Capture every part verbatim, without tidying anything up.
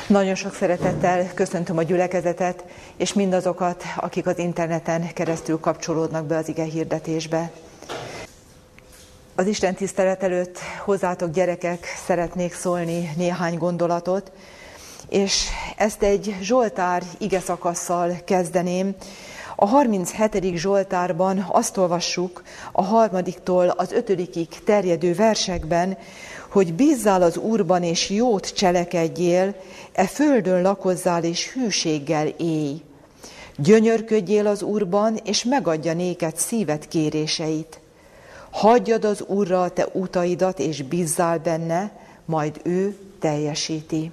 Nagyon sok szeretettel köszöntöm a gyülekezetet, és mindazokat, akik az interneten keresztül kapcsolódnak be az ige hirdetésbe. Az Isten tisztelet előtt hozzátok, gyerekek, szeretnék szólni néhány gondolatot, és ezt egy Zsoltár ige szakasszal kezdeném. A harminchetedik Zsoltárban azt olvassuk a harmadiktól az ötödikig terjedő versekben, hogy bízzál az Úrban és jót cselekedjél, e földön lakozzál és hűséggel élj. Gyönyörködjél az Úrban, és megadja néked szíved kéréseit. Hagyjad az Úrra a te utaidat, és bízzál benne, majd ő teljesíti.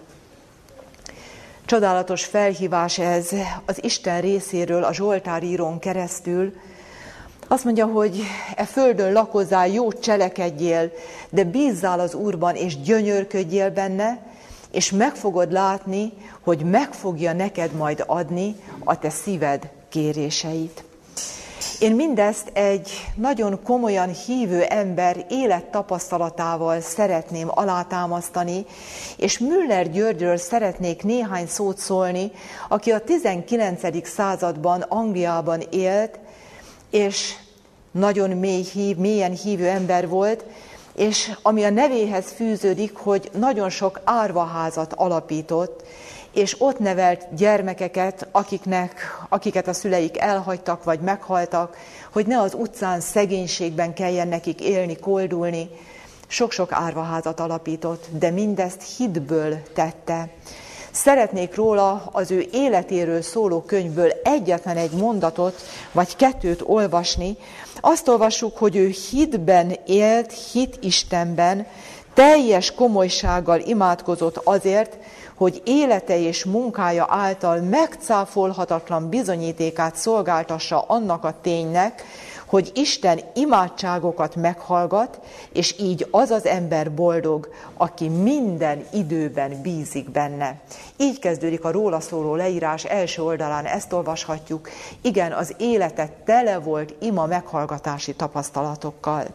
Csodálatos felhívás ez az Isten részéről a Zsoltárírón keresztül. Azt mondja, hogy e földön lakozzál, jót cselekedjél, de bízzál az Úrban, és gyönyörködjél benne, és meg fogod látni, hogy meg fogja neked majd adni a te szíved kéréseit. Én mindezt egy nagyon komolyan hívő ember élettapasztalatával szeretném alátámasztani, és Müller Györgyről szeretnék néhány szót szólni, aki a tizenkilencedik században Angliában élt, és nagyon mély hív, mélyen hívő ember volt, és ami a nevéhez fűződik, hogy nagyon sok árvaházat alapított, és ott nevelt gyermekeket, akiknek, akiket a szüleik elhagytak, vagy meghaltak, hogy ne az utcán szegénységben kelljen nekik élni, koldulni. Sok-sok árvaházat alapított, de mindezt hitből tette. Szeretnék róla az ő életéről szóló könyvből egyetlen egy mondatot, vagy kettőt olvasni. Azt olvassuk, hogy ő hitben élt, hit Istenben, teljes komolysággal imádkozott azért, hogy élete és munkája által megcáfolhatatlan bizonyítékát szolgáltassa annak a ténynek, hogy Isten imádságokat meghallgat, és így az az ember boldog, aki minden időben bízik benne. Így kezdődik a róla szóló leírás első oldalán, ezt olvashatjuk. Igen, az élete tele volt ima meghallgatási tapasztalatokkal.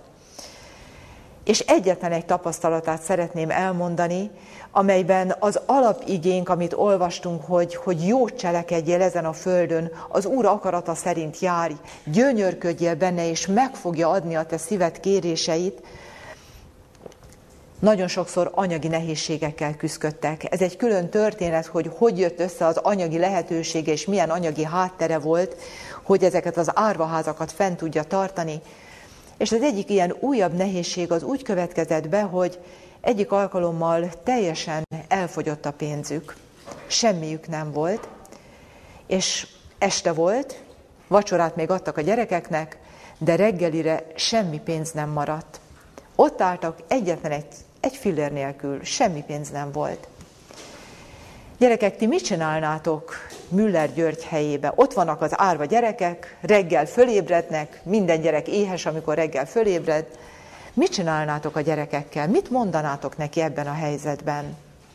És egyetlen egy tapasztalatát szeretném elmondani, amelyben az alapigénk, amit olvastunk, hogy, hogy jót cselekedjél ezen a földön, az Úr akarata szerint járj, gyönyörködjél benne, és meg fogja adni a te szíved kéréseit, nagyon sokszor anyagi nehézségekkel küzdöttek. Ez egy külön történet, hogy hogy jött össze az anyagi lehetősége, és milyen anyagi háttere volt, hogy ezeket az árvaházakat fent tudja tartani. És az egyik ilyen újabb nehézség az úgy következett be, hogy egyik alkalommal teljesen elfogyott a pénzük, semmiük nem volt, és este volt, vacsorát még adtak a gyerekeknek, de reggelire semmi pénz nem maradt. Ott álltak egyetlen egy, egy fillér nélkül, semmi pénz nem volt. Gyerekek, ti mit csinálnátok Müller György helyébe? Ott vannak az árva gyerekek, reggel fölébrednek, minden gyerek éhes, amikor reggel fölébred. Mit csinálnátok a gyerekekkel? Mit mondanátok neki ebben a helyzetben?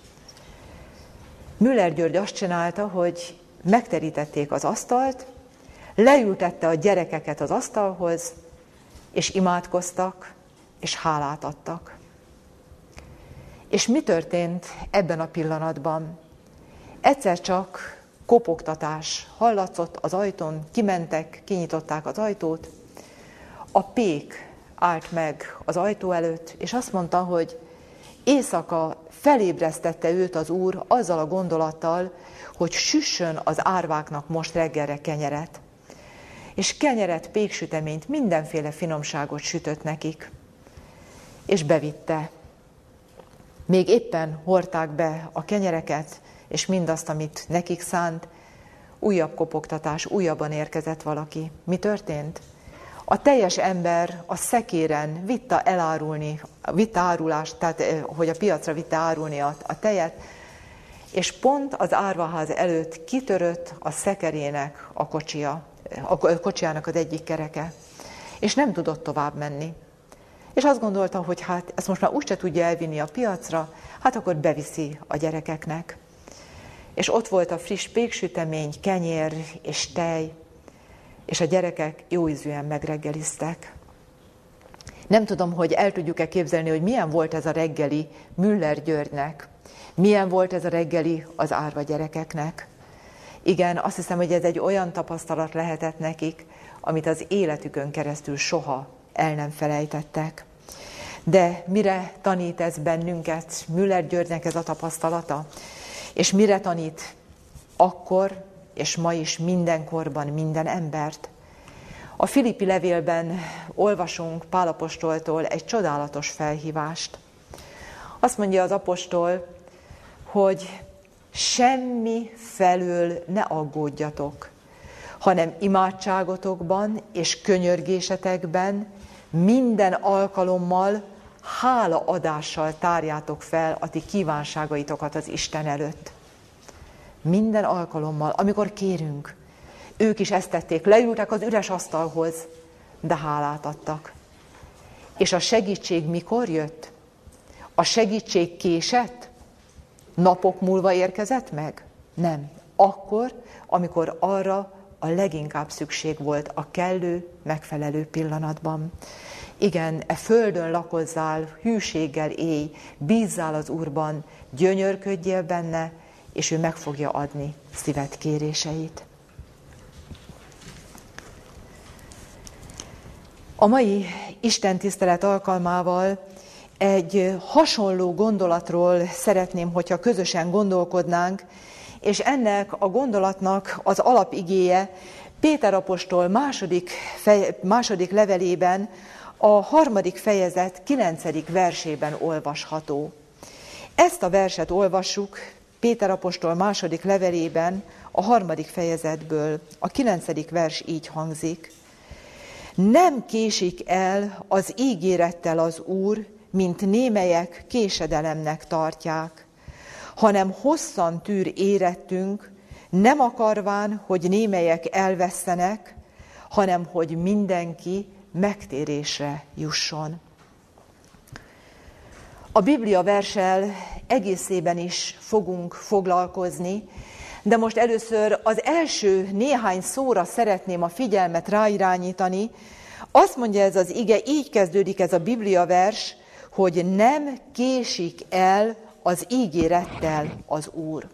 Müller György azt csinálta, hogy megterítették az asztalt, leültette a gyerekeket az asztalhoz, és imádkoztak, és hálát adtak. És mi történt ebben a pillanatban? Egyszer csak kopogtatás hallatszott az ajtón, kimentek, kinyitották az ajtót. A pék állt meg az ajtó előtt, és azt mondta, hogy éjszaka felébresztette őt az Úr azzal a gondolattal, hogy süssön az árváknak most reggelre kenyeret. És kenyeret, péksüteményt, mindenféle finomságot sütött nekik. És bevitte. Még éppen hordták be a kenyereket, és mindazt, amit nekik szánt, újabb kopogtatás, újabban érkezett valaki. Mi történt? A teljes ember a szekéren vitte elárulni, vitte árulást, tehát hogy a piacra vitte árulni a, a tejet, és pont az árvaház előtt kitörött a szekerének a kocsia, a kocsijának az egyik kereke, és nem tudott tovább menni. És azt gondolta, hogy hát ezt most már úgyse tudja elvinni a piacra, hát akkor beviszi a gyerekeknek. És ott volt a friss péksütemény, kenyér és tej, és a gyerekek jóízűen megreggeliztek. Nem tudom, hogy el tudjuk-e képzelni, hogy milyen volt ez a reggeli Müller Györgynek. Milyen volt ez a reggeli az árva gyerekeknek? Igen, azt hiszem, hogy ez egy olyan tapasztalat lehetett nekik, amit az életükön keresztül soha el nem felejtettek. De mire tanít ez bennünket, Müller Györgynek ez a tapasztalata? És mire tanít akkor, és ma is mindenkorban minden embert? A Filippi levélben olvasunk Pál apostoltól egy csodálatos felhívást. Azt mondja az apostol, hogy semmi felől ne aggódjatok, hanem imádságotokban és könyörgésetekben minden alkalommal hálaadással tárjátok fel a ti kívánságaitokat az Isten előtt. Minden alkalommal, amikor kérünk, ők is ezt tették, leültek az üres asztalhoz, de hálát adtak. És a segítség mikor jött? A segítség késett? Napok múlva érkezett meg? Nem. Akkor, amikor arra a leginkább szükség volt, a kellő, megfelelő pillanatban. Igen, e földön lakozzál, hűséggel élj, bízzál az Úrban, gyönyörködjél benne, és ő meg fogja adni szíved kéréseit. A mai istentisztelet alkalmával egy hasonló gondolatról szeretném, hogyha közösen gondolkodnánk, és ennek a gondolatnak az alapigéje Péter apostol második, fej, második levelében, a harmadik fejezet kilencedik versében olvasható. Ezt a verset olvassuk Péter apostol második levelében, a harmadik fejezetből. A kilencedik vers így hangzik. Nem késik el az ígérettel az Úr, mint némelyek késedelemnek tartják, hanem hosszan tűr érettünk, nem akarván, hogy némelyek elvesszenek, hanem hogy mindenki megtérésre jusson. A Biblia verssel egészében is fogunk foglalkozni, de most először az első néhány szóra szeretném a figyelmet ráirányítani. Azt mondja ez az ige, így kezdődik ez a Biblia vers, hogy nem késik el az ígérettel az Úr.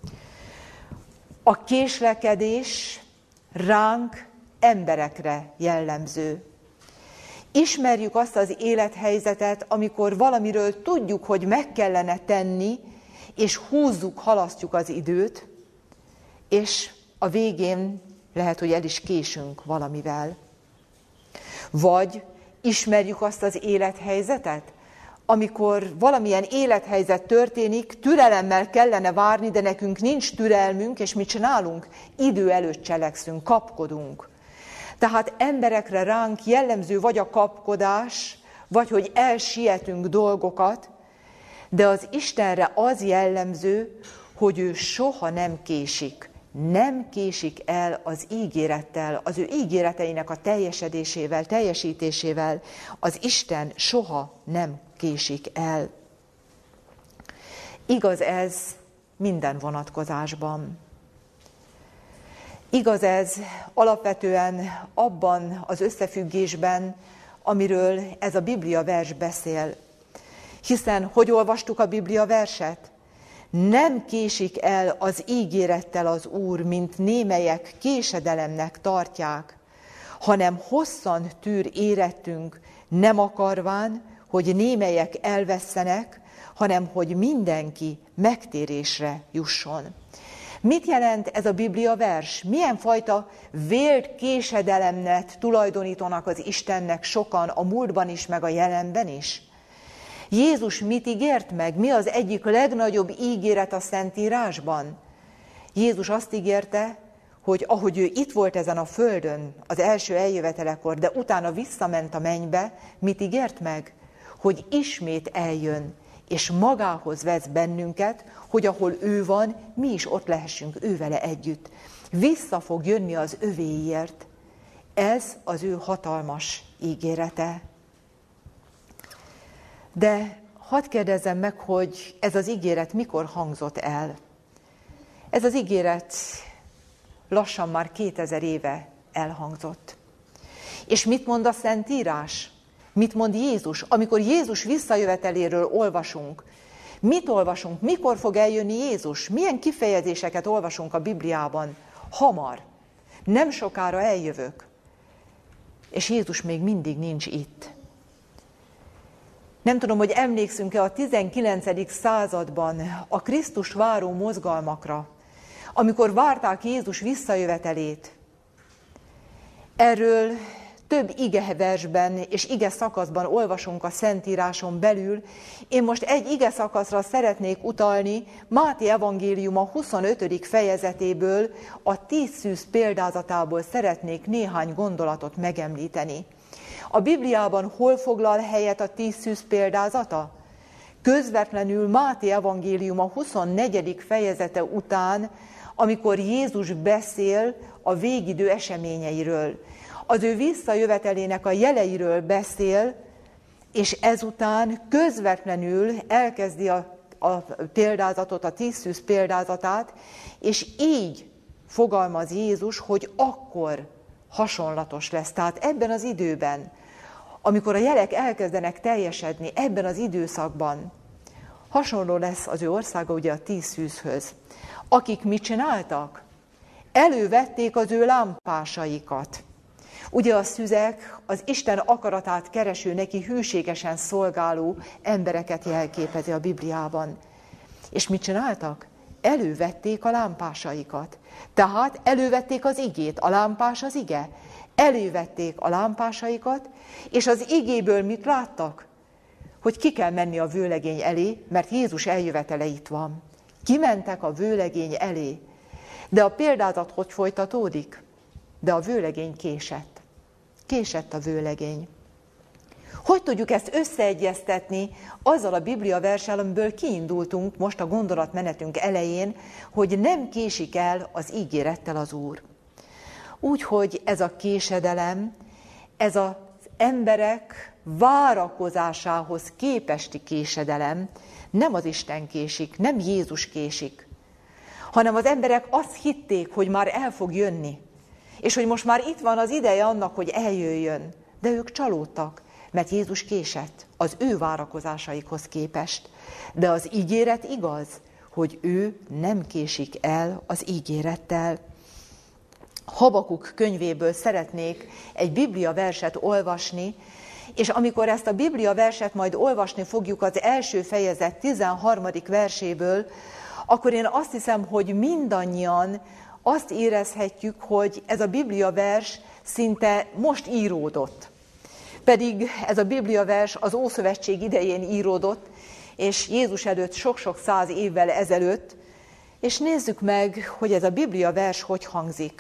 A késlekedés ránk, emberekre jellemző. Ismerjük azt az élethelyzetet, amikor valamiről tudjuk, hogy meg kellene tenni, és húzzuk, halasztjuk az időt, és a végén lehet, hogy el is késünk valamivel. Vagy ismerjük azt az élethelyzetet, amikor valamilyen élethelyzet történik, türelemmel kellene várni, de nekünk nincs türelmünk, és mit csinálunk? Idő előtt cselekszünk, kapkodunk. Tehát emberekre ránk jellemző vagy a kapkodás, vagy hogy elsietünk dolgokat, de az Istenre az jellemző, hogy ő soha nem késik. Nem késik el az ígérettel, az ő ígéreteinek a teljesedésével, teljesítésével. Az Isten soha nem késik el. Igaz ez minden vonatkozásban. Igaz ez alapvetően abban az összefüggésben, amiről ez a Biblia vers beszél. Hiszen, hogy olvastuk a Biblia verset? Nem késik el az ígérettel az Úr, mint némelyek késedelemnek tartják, hanem hosszan tűr érettünk, nem akarván, hogy némelyek elvesszenek, hanem hogy mindenki megtérésre jusson. Mit jelent ez a Biblia vers? Milyen fajta vélt késedelemnek tulajdonítanak az Istennek sokan a múltban is, meg a jelenben is? Jézus mit ígért meg? Mi az egyik legnagyobb ígéret a Szentírásban? Jézus azt ígérte, hogy ahogy ő itt volt ezen a földön az első eljövetelekor, de utána visszament a mennybe, mit ígért meg? Hogy ismét eljön, és magához vesz bennünket, hogy ahol ő van, mi is ott lehessünk ő vele együtt. Vissza fog jönni az övéiért. Ez az ő hatalmas ígérete. De hadd kérdezzem meg, hogy ez az ígéret mikor hangzott el? Ez az ígéret lassan már kétezer éve elhangzott. És mit mond a Szentírás? Mit mond Jézus? Amikor Jézus visszajöveteléről olvasunk, Mit olvasunk? Mikor fog eljönni Jézus? Milyen kifejezéseket olvasunk a Bibliában? Hamar. Nem sokára eljövök. És Jézus még mindig nincs itt. Nem tudom, hogy emlékszünk-e a tizenkilencedik században a Krisztust váró mozgalmakra, amikor várták Jézus visszajövetelét. Erről több igeversben és ige szakaszban olvasunk a Szentíráson belül. Én most egy ige szakaszra szeretnék utalni, Máté evangéliuma huszonötödik fejezetéből, a tíz szűz példázatából szeretnék néhány gondolatot megemlíteni. A Bibliában hol foglal helyet a tíz szűz példázata? Közvetlenül Máté evangéliuma huszonnegyedik fejezete után, amikor Jézus beszél a végidő eseményeiről. Az ő visszajövetelének a jeleiről beszél, és ezután közvetlenül elkezdi a, a példázatot, a tíz szűz példázatát, és így fogalmaz Jézus, hogy akkor hasonlatos lesz. Tehát ebben az időben, amikor a jelek elkezdenek teljesedni, ebben az időszakban hasonló lesz az ő országa ugye a tíz szűzhöz. Akik mit csináltak? Elővették az ő lámpásaikat. Ugye a szüzek az Isten akaratát kereső, neki hűségesen szolgáló embereket jelképezi a Bibliában. És mit csináltak? Elővették a lámpásaikat. Tehát elővették az igét. A lámpás az ige. Elővették a lámpásaikat, és az igéből mit láttak? Hogy ki kell menni a vőlegény elé, mert Jézus eljövetele itt van. Kimentek a vőlegény elé. De a példázat hogy folytatódik? De a vőlegény késett. Késett a vőlegény. Hogy tudjuk ezt összeegyeztetni azzal a Biblia verssel, amiből kiindultunk most a gondolatmenetünk elején, hogy nem késik el az ígérettel az Úr. Úgyhogy ez a késedelem, ez az emberek várakozásához képesti késedelem, nem az Isten késik, nem Jézus késik, hanem az emberek azt hitték, hogy már el fog jönni, és hogy most már itt van az ideje annak, hogy eljöjjön. De ők csalódtak, mert Jézus késett az ő várakozásaikhoz képest. De az ígéret igaz, hogy ő nem késik el az ígérettel. Habakuk könyvéből szeretnék egy Biblia verset olvasni, és amikor ezt a Biblia verset majd olvasni fogjuk az első fejezet tizenharmadik verséből, akkor én azt hiszem, hogy mindannyian azt érezhetjük, hogy ez a Biblia vers szinte most íródott. Pedig ez a Biblia vers az Ószövetség idején íródott, és Jézus előtt sok-sok száz évvel ezelőtt, és nézzük meg, hogy ez a Biblia vers hogy hangzik.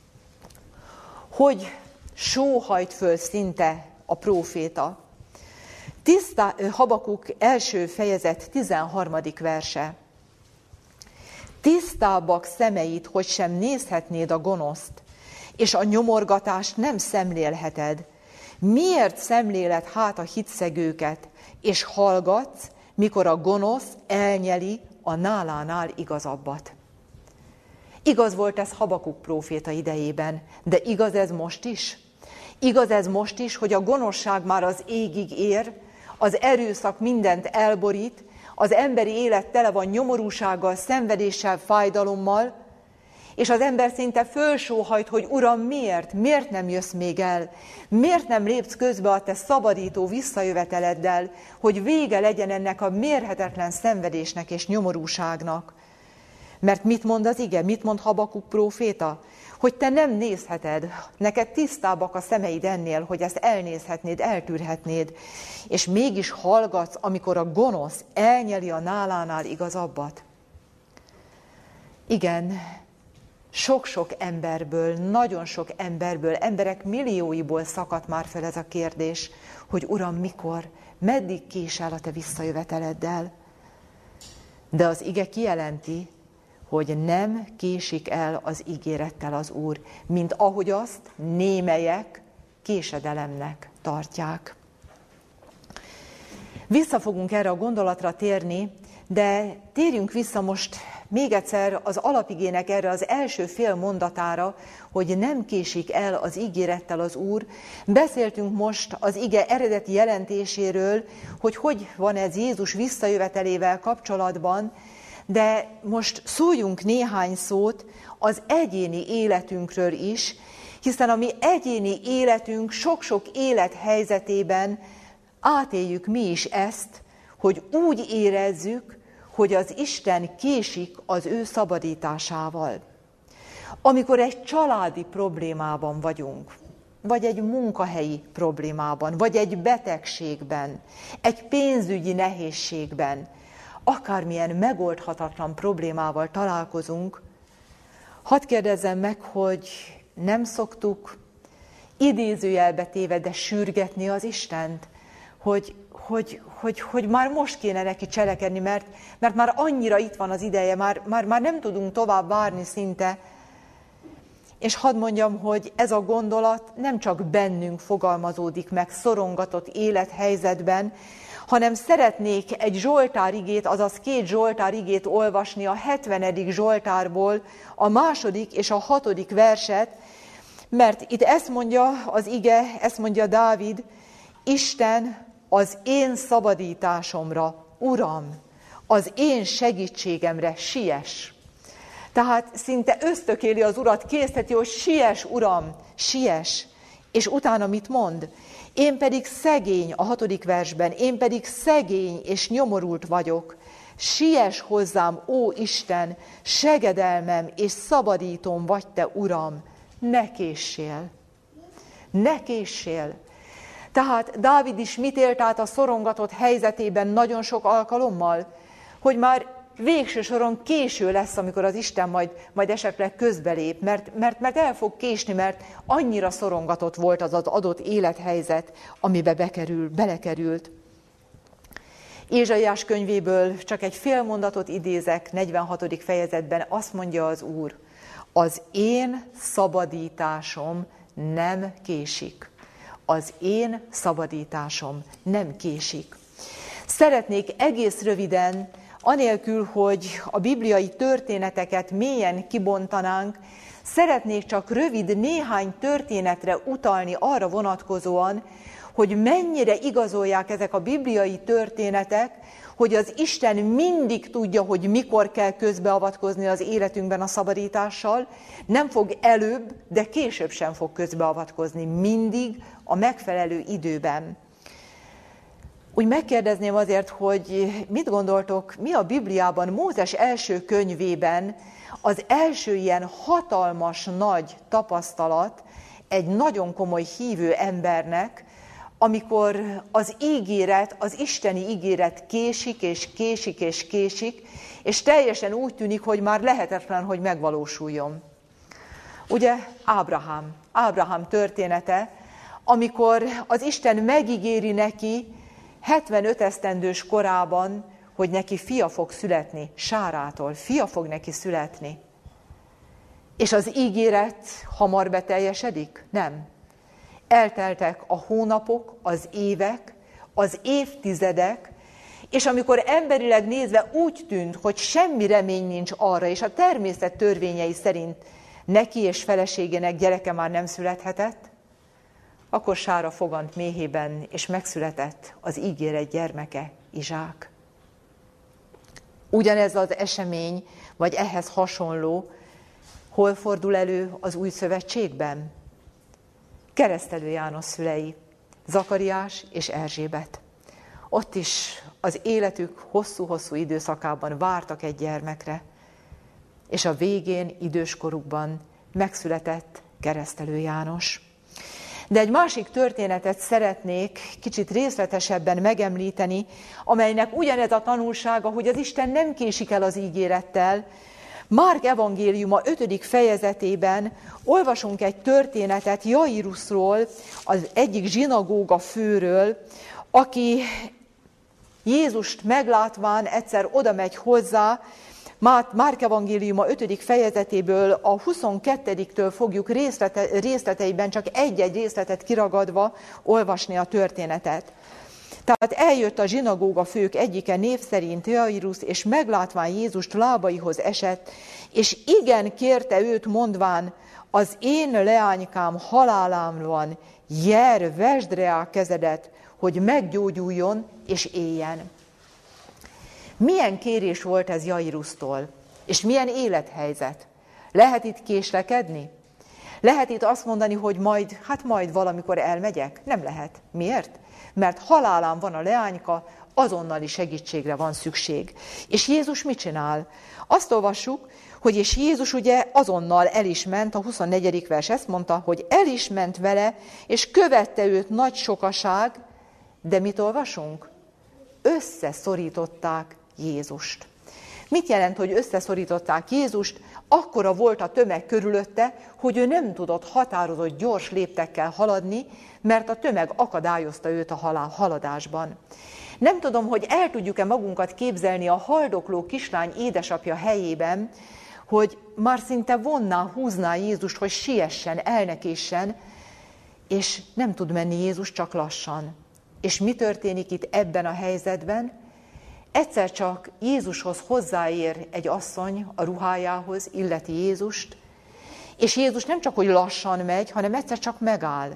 Hogy sóhajt föl szinte a próféta. Tisztá, Habakuk első fejezet tizenharmadik verse. Tisztábbak szemeid, hogy sem nézhetnéd a gonoszt, és a nyomorgatást nem szemlélheted. Miért szemléled hát a hitszegőket, és hallgatsz, mikor a gonosz elnyeli a nálánál igazabbat? Igaz volt ez Habakuk próféta idejében, de igaz ez most is? Igaz ez most is, hogy a gonoszság már az égig ér, az erőszak mindent elborít, az emberi élet tele van nyomorúsággal, szenvedéssel, fájdalommal, és az ember szinte fölsóhajt, hogy Uram, miért? Miért nem jössz még el? Miért nem lépsz közbe a te szabadító visszajöveteleddel, hogy vége legyen ennek a mérhetetlen szenvedésnek és nyomorúságnak? Mert mit mond az ige? Mit mond Habakuk próféta? Hogy te nem nézheted, neked tisztábbak a szemeid ennél, hogy ezt elnézhetnéd, eltűrhetnéd, és mégis hallgatsz, amikor a gonosz elnyeli a nálánál igazabbat. Igen, sok-sok emberből, nagyon sok emberből, emberek millióiból szakadt már fel ez a kérdés, hogy Uram, mikor, meddig késel a te visszajöveteleddel? De az ige kijelenti, hogy nem késik el az ígérettel az Úr, mint ahogy azt némelyek késedelemnek tartják. Vissza fogunk erre a gondolatra térni, de térjünk vissza most még egyszer az alapigének erre az első fél mondatára, hogy nem késik el az ígérettel az Úr. Beszéltünk most az ige eredeti jelentéséről, hogy hogy van ez Jézus visszajövetelével kapcsolatban, de most szóljunk néhány szót az egyéni életünkről is, hiszen a mi egyéni életünk sok-sok élethelyzetében átéljük mi is ezt, hogy úgy érezzük, hogy az Isten késik az ő szabadításával. Amikor egy családi problémában vagyunk, vagy egy munkahelyi problémában, vagy egy betegségben, egy pénzügyi nehézségben, akármilyen megoldhatatlan problémával találkozunk, hadd kérdezzem meg, hogy nem szoktuk idézőjelbe téve, de sürgetni az Istent, hogy, hogy, hogy, hogy már most kéne neki cselekedni, mert, mert már annyira itt van az ideje, már, már, már nem tudunk tovább várni szinte. És hadd mondjam, hogy ez a gondolat nem csak bennünk fogalmazódik meg szorongatott élethelyzetben, hanem szeretnék egy Zsoltárigét, azaz két Zsoltárigét olvasni a hetvenedik Zsoltárból, a második és a hatodik verset, mert itt ezt mondja az ige, ezt mondja Dávid, Isten az én szabadításomra, Uram, az én segítségemre siess. Tehát szinte ösztökéli az Urat, készteti, hogy siess, Uram, siess. És utána mit mond? Én pedig szegény, a hatodik versben, én pedig szegény és nyomorult vagyok. Siess hozzám, ó Isten, segedelmem és szabadítóm vagy te, Uram, ne késsél. Ne késsél. Tehát Dávid is mit élt át a szorongatott helyzetében nagyon sok alkalommal? Hogy már végső soron késő lesz, amikor az Isten majd, majd esetleg közbelép, mert, mert, mert el fog késni, mert annyira szorongatott volt az az adott élethelyzet, amibe bekerül, belekerült. Ézsaiás könyvéből csak egy fél mondatot idézek, negyvenhatodik fejezetben azt mondja az Úr, az én szabadításom nem késik. Az én szabadításom nem késik. Szeretnék egész röviden, anélkül, hogy a bibliai történeteket mélyen kibontanánk, szeretnék csak rövid néhány történetre utalni arra vonatkozóan, hogy mennyire igazolják ezek a bibliai történetek, hogy az Isten mindig tudja, hogy mikor kell közbeavatkozni az életünkben a szabadítással, nem fog előbb, de később sem fog közbeavatkozni, mindig a megfelelő időben. Úgy megkérdezném azért, hogy mit gondoltok, mi a Bibliában, Mózes első könyvében az első ilyen hatalmas, nagy tapasztalat egy nagyon komoly hívő embernek, amikor az ígéret, az isteni ígéret késik, és késik, és késik, és teljesen úgy tűnik, hogy már lehetetlen, hogy megvalósuljon. Ugye Ábrahám, Ábrahám története, amikor az Isten megígéri neki hetvenöt esztendős korában, hogy neki fia fog születni, Sárától, fia fog neki születni. És az ígéret hamar beteljesedik? Nem. Elteltek a hónapok, az évek, az évtizedek, és amikor emberileg nézve úgy tűnt, hogy semmi remény nincs arra, és a természet törvényei szerint neki és feleségének gyereke már nem születhetett, akkor Sára fogant méhében, és megszületett az ígéret gyermeke, Izsák. Ugyanez az esemény, vagy ehhez hasonló, hol fordul elő az új szövetségben? Keresztelő János szülei, Zakariás és Erzsébet. Ott is az életük hosszú-hosszú időszakában vártak egy gyermekre, és a végén, időskorukban megszületett Keresztelő János. De egy másik történetet szeretnék kicsit részletesebben megemlíteni, amelynek ugyanez a tanulsága, hogy az Isten nem késik el az ígérettel. Márk evangéliuma ötödik fejezetében olvasunk egy történetet Jairusról, az egyik zsinagóga főről, aki Jézust meglátván egyszer oda megy hozzá. Márk evangéliuma ötödik fejezetéből a huszonkettediktől fogjuk részlete, részleteiben csak egy-egy részletet kiragadva olvasni a történetet. Tehát eljött a zsinagóga fők egyike, név szerint Jairus, és meglátván Jézust lábaihoz esett, és igen kérte őt, mondván, az én leánykám halálán van, jár, vesd rá kezedet, hogy meggyógyuljon és éljen. Milyen kérés volt ez Jairustól, és milyen élethelyzet? Lehet itt késlekedni? Lehet itt azt mondani, hogy majd, hát majd valamikor elmegyek? Nem lehet. Miért? Mert halálán van a leányka, azonnali segítségre van szükség. És Jézus mit csinál? Azt olvassuk, hogy és Jézus ugye azonnal el is ment, a huszonnegyedik vers ezt mondta, hogy el is ment vele, és követte őt nagy sokaság, de mit olvasunk? Összeszorították Jézust. Mit jelent, hogy összeszorították Jézust? Akkora volt a tömeg körülötte, hogy ő nem tudott határozott gyors léptekkel haladni, mert a tömeg akadályozta őt a haladásban. Nem tudom, hogy el tudjuk-e magunkat képzelni a haldokló kislány édesapja helyében, hogy már szinte vonná, húzná Jézust, hogy siessen, elnekéssen, és nem tud menni Jézus, csak lassan. És mi történik itt ebben a helyzetben? Egyszer csak Jézushoz hozzáér egy asszony a ruhájához, illeti Jézust, és Jézus nem csak, hogy lassan megy, hanem egyszer csak megáll.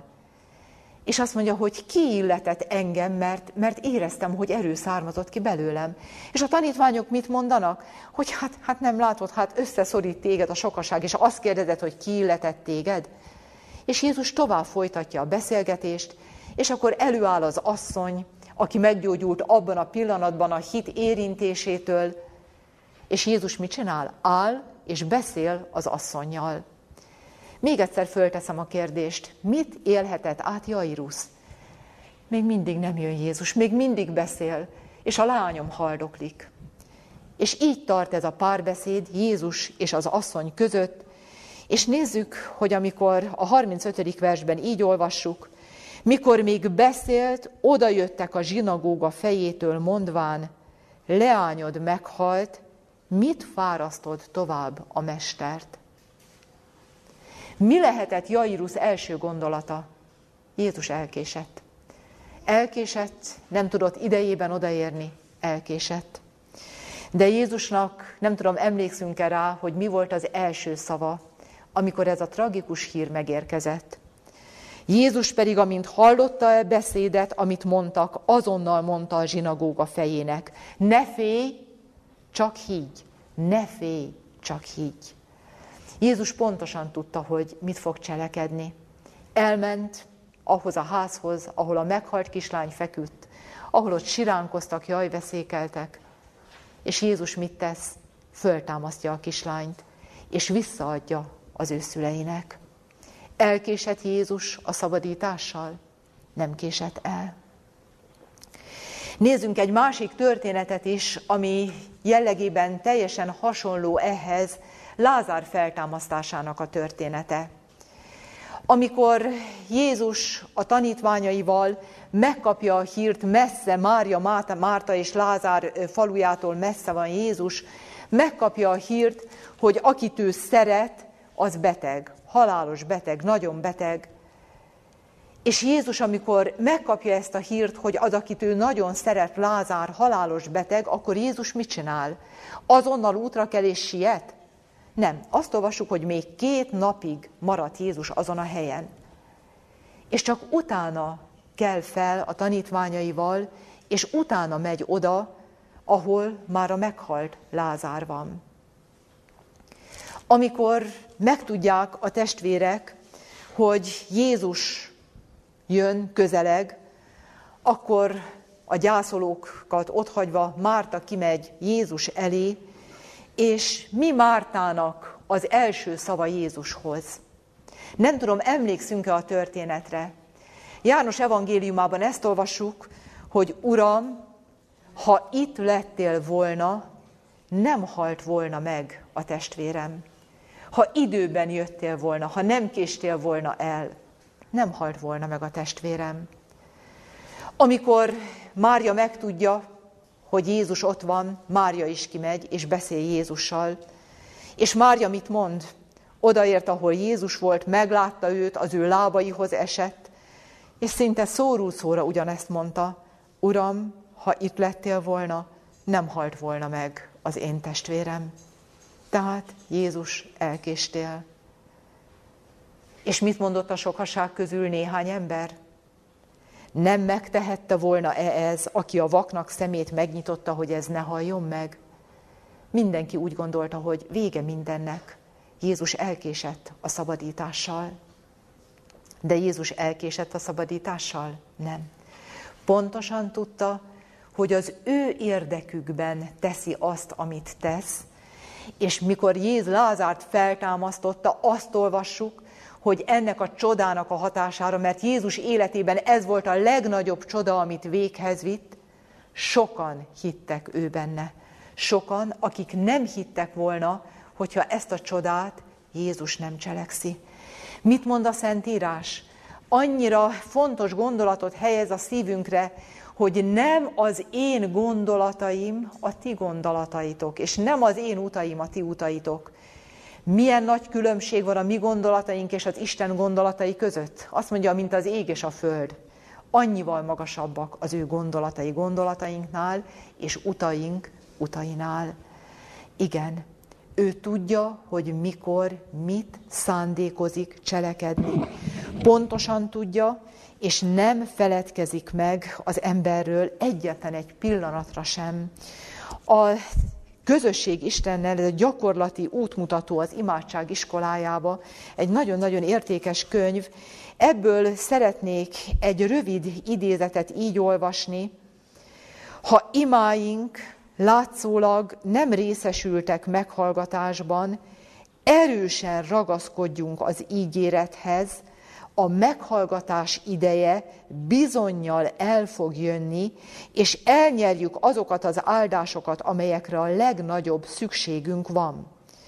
És azt mondja, hogy ki illetett engem, mert, mert éreztem, hogy erő származott ki belőlem. És a tanítványok mit mondanak? Hogy hát, hát nem látod, hát összeszorít téged a sokaság, és azt kérdezed, hogy ki illetett téged. És Jézus tovább folytatja a beszélgetést, és akkor előáll az asszony, aki meggyógyult abban a pillanatban a hit érintésétől, és Jézus mit csinál? Áll és beszél az asszonnyal. Még egyszer fölteszem a kérdést, mit élhetett át Jairus? Még mindig nem jön Jézus, még mindig beszél, és a lányom haldoklik. És így tart ez a párbeszéd Jézus és az asszony között, és nézzük, hogy amikor a harmincötödik versben így olvassuk, mikor még beszélt, odajöttek a zsinagóga fejétől mondván, leányod meghalt, mit fárasztod tovább a mestert? Mi lehetett Jairus első gondolata? Jézus elkésett. Elkésett, nem tudott idejében odaérni, elkésett. De Jézusnak, nem tudom, emlékszünk-e rá, hogy mi volt az első szava, amikor ez a tragikus hír megérkezett. Jézus pedig, amint hallotta a beszédet, amit mondtak, azonnal mondta a zsinagóga fejének, ne félj, csak higgy, ne félj, csak higgy. Jézus pontosan tudta, hogy mit fog cselekedni. Elment ahhoz a házhoz, ahol a meghalt kislány feküdt, ahol ott siránkoztak, jajveszékeltek, és Jézus mit tesz? Föltámasztja a kislányt, és visszaadja az ő szüleinek. Elkésett Jézus a szabadítással? Nem késett el. Nézzünk egy másik történetet is, ami jellegében teljesen hasonló ehhez, Lázár feltámasztásának a története. Amikor Jézus a tanítványaival megkapja a hírt, messze Mária, Máta, Márta és Lázár falujától messze van Jézus, megkapja a hírt, hogy akit ő szeret, az beteg, halálos beteg, nagyon beteg. És Jézus, amikor megkapja ezt a hírt, hogy az, akit ő nagyon szeret, Lázár, halálos beteg, akkor Jézus mit csinál? Azonnal útra kell és siet? Nem. Azt olvassuk, hogy még két napig maradt Jézus azon a helyen. És csak utána kell fel a tanítványaival, és utána megy oda, ahol már a meghalt Lázár van. Amikor megtudják a testvérek, hogy Jézus jön, közeleg, akkor a gyászolókat otthagyva Márta kimegy Jézus elé, és mi Mártának az első szava Jézushoz. Nem tudom, emlékszünk-e a történetre. János evangéliumában ezt olvassuk, hogy Uram, ha itt lettél volna, nem halt volna meg a testvérem. Ha időben jöttél volna, ha nem késtél volna el, nem halt volna meg a testvérem. Amikor Mária megtudja, hogy Jézus ott van, Mária is kimegy, és beszél Jézussal. És Mária mit mond? Odaért, ahol Jézus volt, meglátta őt, az ő lábaihoz esett, és szinte szóról szóra ugyanezt mondta, Uram, ha itt lettél volna, nem halt volna meg az én testvérem. Tehát Jézus, elkéstél. És mit mondott a sokaság közül néhány ember? Nem megtehette volna-e ez, aki a vaknak szemét megnyitotta, hogy ez ne halljon meg? Mindenki úgy gondolta, hogy vége mindennek. Jézus elkésett a szabadítással. De Jézus elkésett a szabadítással? Nem. Pontosan tudta, hogy az ő érdekükben teszi azt, amit tesz, és mikor Jézus Lázárt feltámasztotta, azt olvassuk, hogy ennek a csodának a hatására, mert Jézus életében ez volt a legnagyobb csoda, amit véghez vitt, sokan hittek ő benne. Sokan, akik nem hittek volna, hogyha ezt a csodát Jézus nem cselekszi. Mit mond a Szentírás? Annyira fontos gondolatot helyez a szívünkre, hogy nem az én gondolataim a ti gondolataitok, és nem az én utaim a ti utaitok. Milyen nagy különbség van a mi gondolataink és az Isten gondolatai között? Azt mondja, mint az ég és a föld. Annyival magasabbak az ő gondolatai gondolatainknál, és utaink utainál. Igen, ő tudja, hogy mikor, mit szándékozik cselekedni. Pontosan tudja, és nem feledkezik meg az emberről egyetlen egy pillanatra sem. A közösség Istennel, ez a gyakorlati útmutató az imádság iskolájába, egy nagyon-nagyon értékes könyv. Ebből szeretnék egy rövid idézetet így olvasni. Ha imáink látszólag nem részesültek meghallgatásban, erősen ragaszkodjunk az ígérethez, a meghallgatás ideje bizonnyal el fog jönni, és elnyerjük azokat az áldásokat, amelyekre a legnagyobb szükségünk van.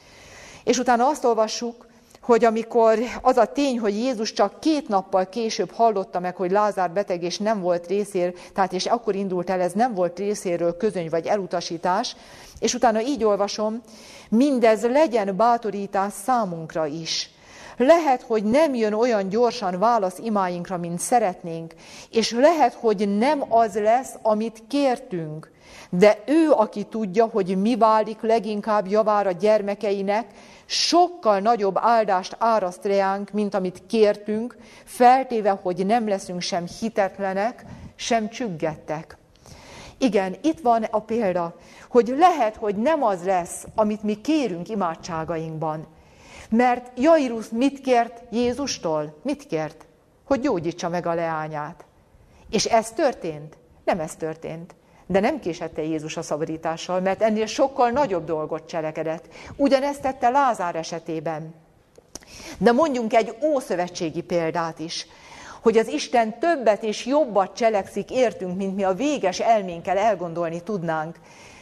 És utána azt olvassuk, hogy amikor az a tény, hogy Jézus csak két nappal később hallotta meg, hogy Lázár beteg, és nem volt részér, tehát és akkor indult el, ez nem volt részéről közöny vagy elutasítás, és utána így olvasom, mindez legyen bátorítás számunkra is. Lehet, hogy nem jön olyan gyorsan válasz imáinkra, mint szeretnénk, és lehet, hogy nem az lesz, amit kértünk, de ő, aki tudja, hogy mi válik leginkább javára gyermekeinek, sokkal nagyobb áldást áraszt reánk, mint amit kértünk, feltéve, hogy nem leszünk sem hitetlenek, sem csüggettek. Igen, itt van a példa, hogy lehet, hogy nem az lesz, amit mi kérünk imádságainkban. Mert Jairus mit kért Jézustól? Mit kért? Hogy gyógyítsa meg a leányát. És ez történt? Nem ez történt. De nem késette Jézus a szabadítással, mert ennél sokkal nagyobb dolgot cselekedett. Ugyanezt tette Lázár esetében. De mondjunk egy ószövetségi példát is, hogy az Isten többet és jobbat cselekszik értünk, mint mi a véges elménkkel elgondolni tudnánk.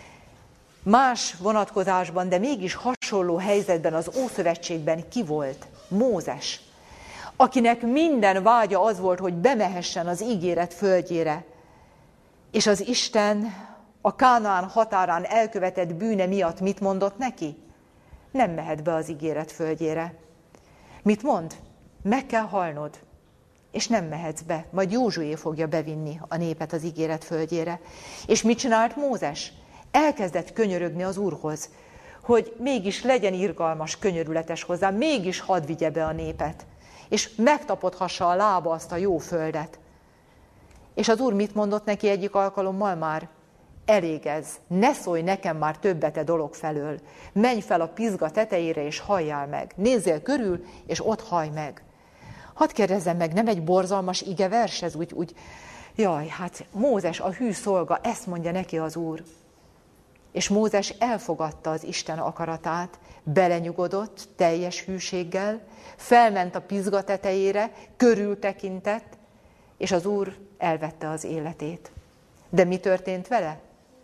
Más vonatkozásban, de mégis hasonló helyzetben az Ószövetségben ki volt? Mózes, akinek minden vágya az volt, hogy bemehessen az ígéret földjére. És az Isten a Kánaán határán elkövetett bűne miatt mit mondott neki? Nem mehet be az ígéret földjére. Mit mond? Meg kell halnod, és nem mehetsz be. Majd Józsué fogja bevinni a népet az ígéret földjére. És mit csinált Mózes? Elkezdett könyörögni az Úrhoz, hogy mégis legyen irgalmas, könyörületes hozzá, mégis hadd vigye be a népet, és megtapothassa a lába azt a jó földet. És az Úr mit mondott neki egyik alkalommal már? Elég ez, ne szólj nekem már többet e dolog felől, menj fel a Pizga tetejére, és halljál meg, nézzél körül, és ott hallj meg. Hadd kérdezzem meg, nem egy borzalmas igevers ez, úgy, úgy, jaj, hát Mózes a hű szolga, ezt mondja neki az Úr. És Mózes elfogadta az Isten akaratát, belenyugodott teljes hűséggel, felment a Pizga tetejére, körültekintett, és az Úr elvette az életét. De mi történt vele?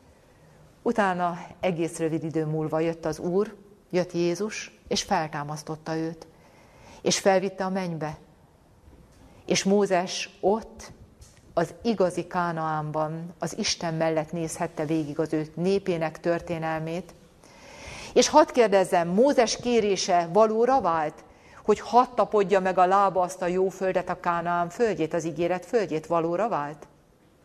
Utána egész rövid idő múlva jött az Úr, jött Jézus, és feltámasztotta őt, és felvitte a mennybe. És Mózes ott, az igazi Kánaánban, az Isten mellett nézhette végig az ő népének történelmét. És hadd kérdezzem, Mózes kérése valóra vált, hogy hadd tapodja meg a lába azt a jó földet, a Kánaán földjét, az ígéret földjét, valóra vált?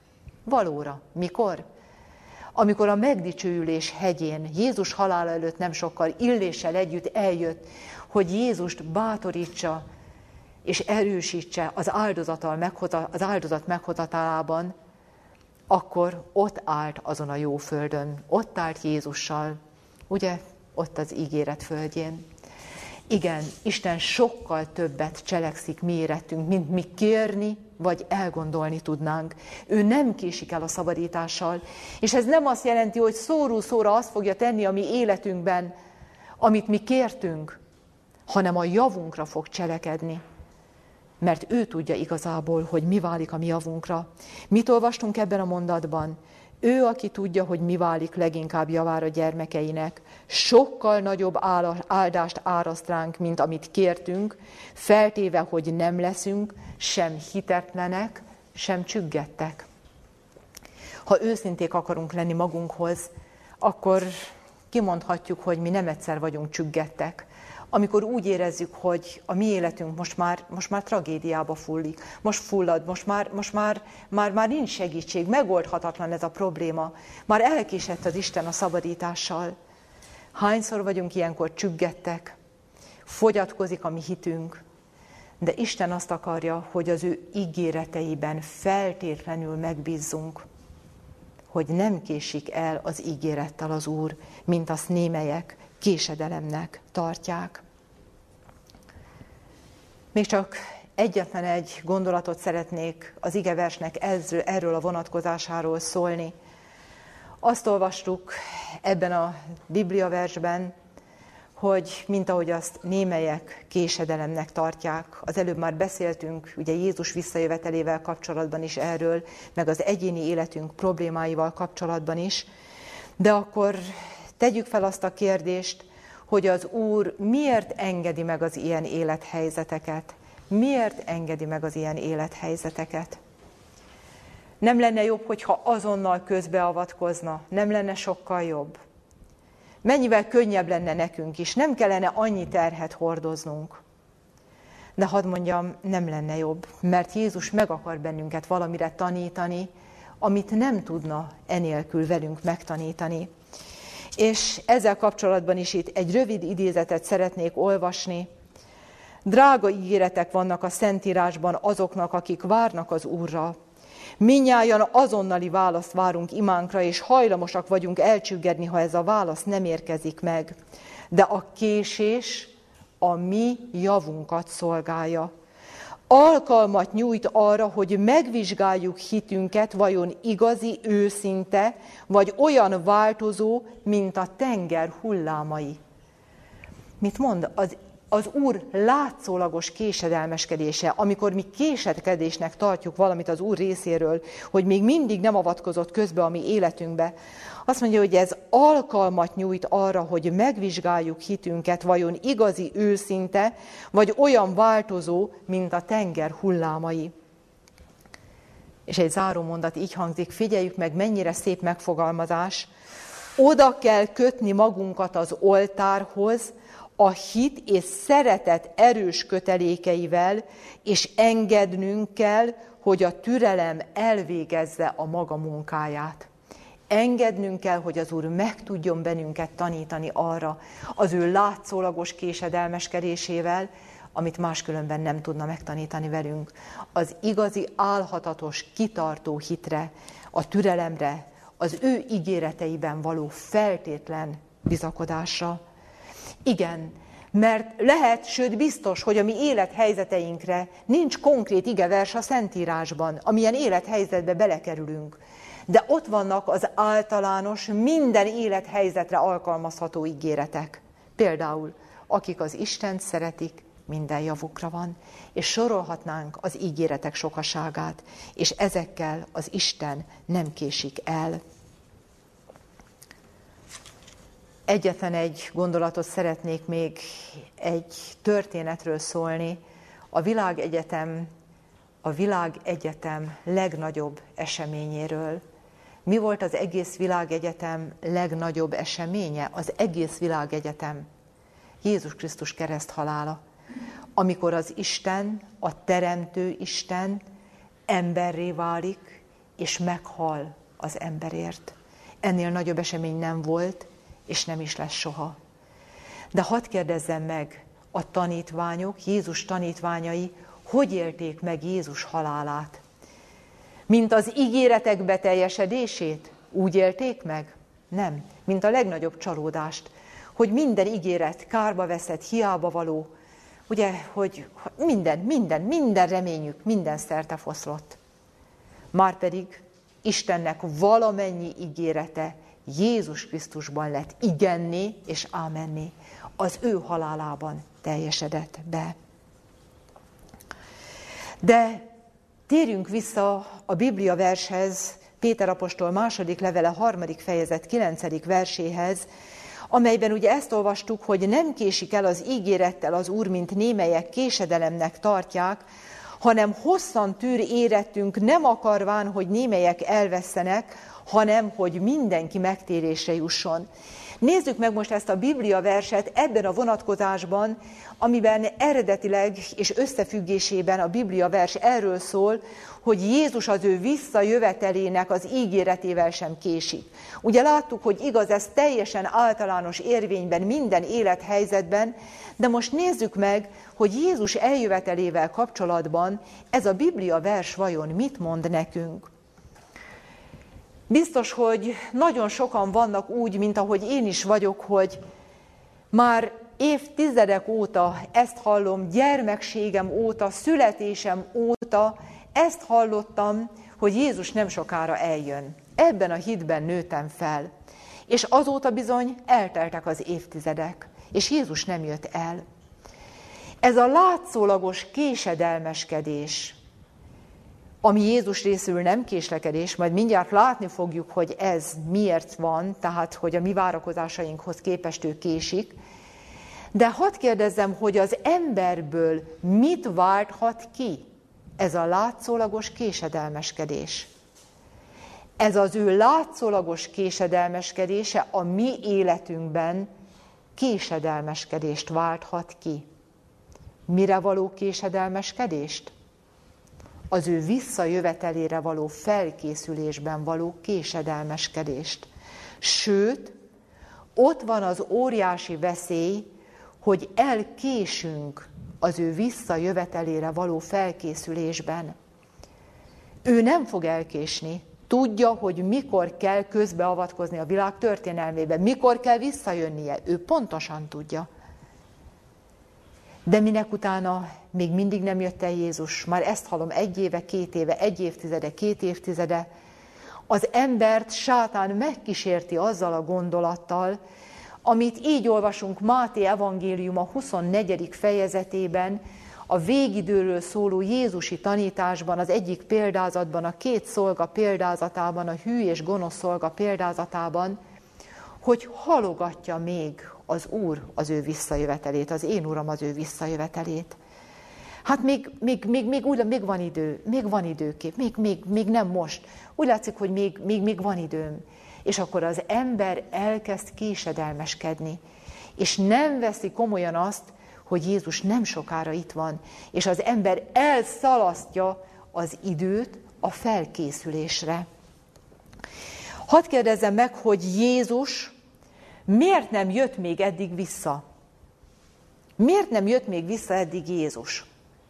Valóra. Mikor? Amikor a megdicsőülés hegyén, Jézus halála előtt nem sokkal Illéssel együtt eljött, hogy Jézust bátorítsa és erősítse az, az áldozat meghozatalában, akkor ott állt azon a jó földön, ott állt Jézussal, ugye, ott az ígéret földjén. Igen, Isten sokkal többet cselekszik mi érettünk, mint mi kérni, vagy elgondolni tudnánk. Ő nem késik el a szabadítással, és ez nem azt jelenti, hogy szóról szóra azt fogja tenni a mi életünkben, amit mi kértünk, hanem a javunkra fog cselekedni. Mert ő tudja igazából, hogy mi válik a mi javunkra. Mit olvastunk ebben a mondatban? Ő, aki tudja, hogy mi válik leginkább javára gyermekeinek, sokkal nagyobb áldást áraszt ránk, mint amit kértünk, feltéve, hogy nem leszünk sem hitetlenek, sem csüggettek. Ha őszinték akarunk lenni magunkhoz, akkor kimondhatjuk, hogy mi nem egyszer vagyunk csüggettek. Amikor úgy érezzük, hogy a mi életünk most már, most már tragédiába fullik, most fullad, most, már, most már, már, már nincs segítség, megoldhatatlan ez a probléma, már elkésett az Isten a szabadítással. Hányszor vagyunk ilyenkor csüggettek, fogyatkozik a mi hitünk, de Isten azt akarja, hogy az ő ígéreteiben feltétlenül megbízzunk, hogy nem késik el az ígérettel az Úr, mint azt némelyek késedelemnek tartják. Még csak egyetlen egy gondolatot szeretnék az igeversnek erről a vonatkozásáról szólni. Azt olvastuk ebben a bibliaversben, hogy mint ahogy azt némelyek késedelemnek tartják. Az előbb már beszéltünk, ugye Jézus visszajövetelével kapcsolatban is erről, meg az egyéni életünk problémáival kapcsolatban is. De akkor tegyük fel azt a kérdést, hogy az Úr miért engedi meg az ilyen élethelyzeteket? Miért engedi meg az ilyen élethelyzeteket? Nem lenne jobb, hogyha azonnal közbeavatkozna? Nem lenne sokkal jobb? Mennyivel könnyebb lenne nekünk is? Nem kellene annyi terhet hordoznunk. De hadd mondjam, nem lenne jobb, mert Jézus meg akar bennünket valamire tanítani, amit nem tudna enélkül velünk megtanítani. És ezzel kapcsolatban is itt egy rövid idézetet szeretnék olvasni. Drága ígéretek vannak a Szentírásban azoknak, akik várnak az Úrra. Mindnyájan azonnali választ várunk imánkra, és hajlamosak vagyunk elcsüggedni, ha ez a válasz nem érkezik meg. De a késés a mi javunkat szolgálja. Alkalmat nyújt arra, hogy megvizsgáljuk hitünket, vajon igazi, őszinte, vagy olyan változó, mint a tenger hullámai. Mit mond? Az, az Úr látszólagos késedelmeskedése, amikor mi késedkedésnek tartjuk valamit az Úr részéről, hogy még mindig nem avatkozott közbe a mi életünkbe, azt mondja, hogy ez alkalmat nyújt arra, hogy megvizsgáljuk hitünket, vajon igazi, őszinte, vagy olyan változó, mint a tenger hullámai. És egy zárómondat így hangzik, figyeljük meg, mennyire szép megfogalmazás. Oda kell kötni magunkat az oltárhoz, a hit és szeretet erős kötelékeivel, és engednünk kell, hogy a türelem elvégezze a maga munkáját. Engednünk kell, hogy az Úr meg tudjon bennünket tanítani arra az ő látszólagos késedelmeskedésével, amit máskülönben nem tudna megtanítani velünk. Az igazi, álhatatos, kitartó hitre, a türelemre, az ő ígéreteiben való feltétlen bizakodásra. Igen, mert lehet, sőt biztos, hogy a mi élethelyzeteinkre nincs konkrét igevers a Szentírásban, amilyen élethelyzetbe belekerülünk. De ott vannak az általános, minden élethelyzetre alkalmazható ígéretek. Például, akik az Istent szeretik, minden javukra van. És sorolhatnánk az ígéretek sokaságát, és ezekkel az Isten nem késik el. Egyetlen egy gondolatot szeretnék még egy történetről szólni. A világegyetem, a világegyetem legnagyobb eseményéről. Mi volt az egész világegyetem legnagyobb eseménye? Az egész világegyetem. Jézus Krisztus kereszthalála. Amikor az Isten, a teremtő Isten emberré válik, és meghal az emberért. Ennél nagyobb esemény nem volt, és nem is lesz soha. De hadd kérdezzem meg, a tanítványok, Jézus tanítványai, hogy élték meg Jézus halálát? Mint az ígéretek beteljesedését? Úgy élték meg? Nem. Mint a legnagyobb csalódást, hogy minden ígéret kárba veszett, hiába való, ugye, hogy minden, minden, minden reményük, minden szerte foszlott. Márpedig Istennek valamennyi ígérete Jézus Krisztusban lett igenné és ámenné. Az ő halálában teljesedett be. De térjünk vissza a Biblia vershez, Péter apostol második levele harmadik fejezet kilencedik verséhez, amelyben ugye ezt olvastuk, hogy nem késik el az ígérettel az Úr, mint némelyek késedelemnek tartják, hanem hosszan tűr érettünk, nem akarván, hogy némelyek elvesszenek, hanem hogy mindenki megtérésre jusson. Nézzük meg most ezt a Biblia verset ebben a vonatkozásban, amiben eredetileg és összefüggésében a Biblia vers erről szól, hogy Jézus az ő visszajövetelének az ígéretével sem késik. Ugye láttuk, hogy igaz, ez teljesen általános érvényben, minden élethelyzetben, de most nézzük meg, hogy Jézus eljövetelével kapcsolatban ez a Biblia vers vajon mit mond nekünk. Biztos, hogy nagyon sokan vannak úgy, mint ahogy én is vagyok, hogy már évtizedek óta ezt hallom, gyermekségem óta, születésem óta ezt hallottam, hogy Jézus nem sokára eljön. Ebben a hitben nőttem fel. És azóta bizony elteltek az évtizedek, és Jézus nem jött el. Ez a látszólagos késedelmeskedés, ami Jézus részül nem késlekedés, majd mindjárt látni fogjuk, hogy ez miért van, tehát hogy a mi várakozásainkhoz képest ő késik. De hadd kérdezzem, hogy az emberből mit válthat ki ez a látszólagos késedelmeskedés? Ez az ő látszólagos késedelmeskedése a mi életünkben késedelmeskedést válthat ki. Mire való késedelmeskedést? Az ő visszajövetelére való felkészülésben való késedelmeskedést. Sőt, ott van az óriási veszély, hogy elkésünk az ő visszajövetelére való felkészülésben. Ő nem fog elkésni, tudja, hogy mikor kell közbeavatkozni a világ történelmében, mikor kell visszajönnie, ő pontosan tudja. De minek utána még mindig nem jött el Jézus, már ezt hallom egy éve, két éve, egy évtizede, két évtizede, az embert sátán megkísérti azzal a gondolattal, amit így olvasunk Máté evangéliuma huszonnegyedik fejezetében, a végidőről szóló jézusi tanításban, az egyik példázatban, a két szolga példázatában, a hű és gonosz szolga példázatában, hogy halogatja még az Úr az ő visszajövetelét, az én Uram az ő visszajövetelét. Hát még, még, még, még, úgy, még van idő, még van időkép, még, még, még nem most. Úgy látszik, hogy még, még, még van időm. És akkor az ember elkezd késedelmeskedni, és nem veszi komolyan azt, hogy Jézus nem sokára itt van, és az ember elszalasztja az időt a felkészülésre. Hadd kérdezzem meg, hogy Jézus miért nem jött még eddig vissza? Miért nem jött még vissza eddig Jézus?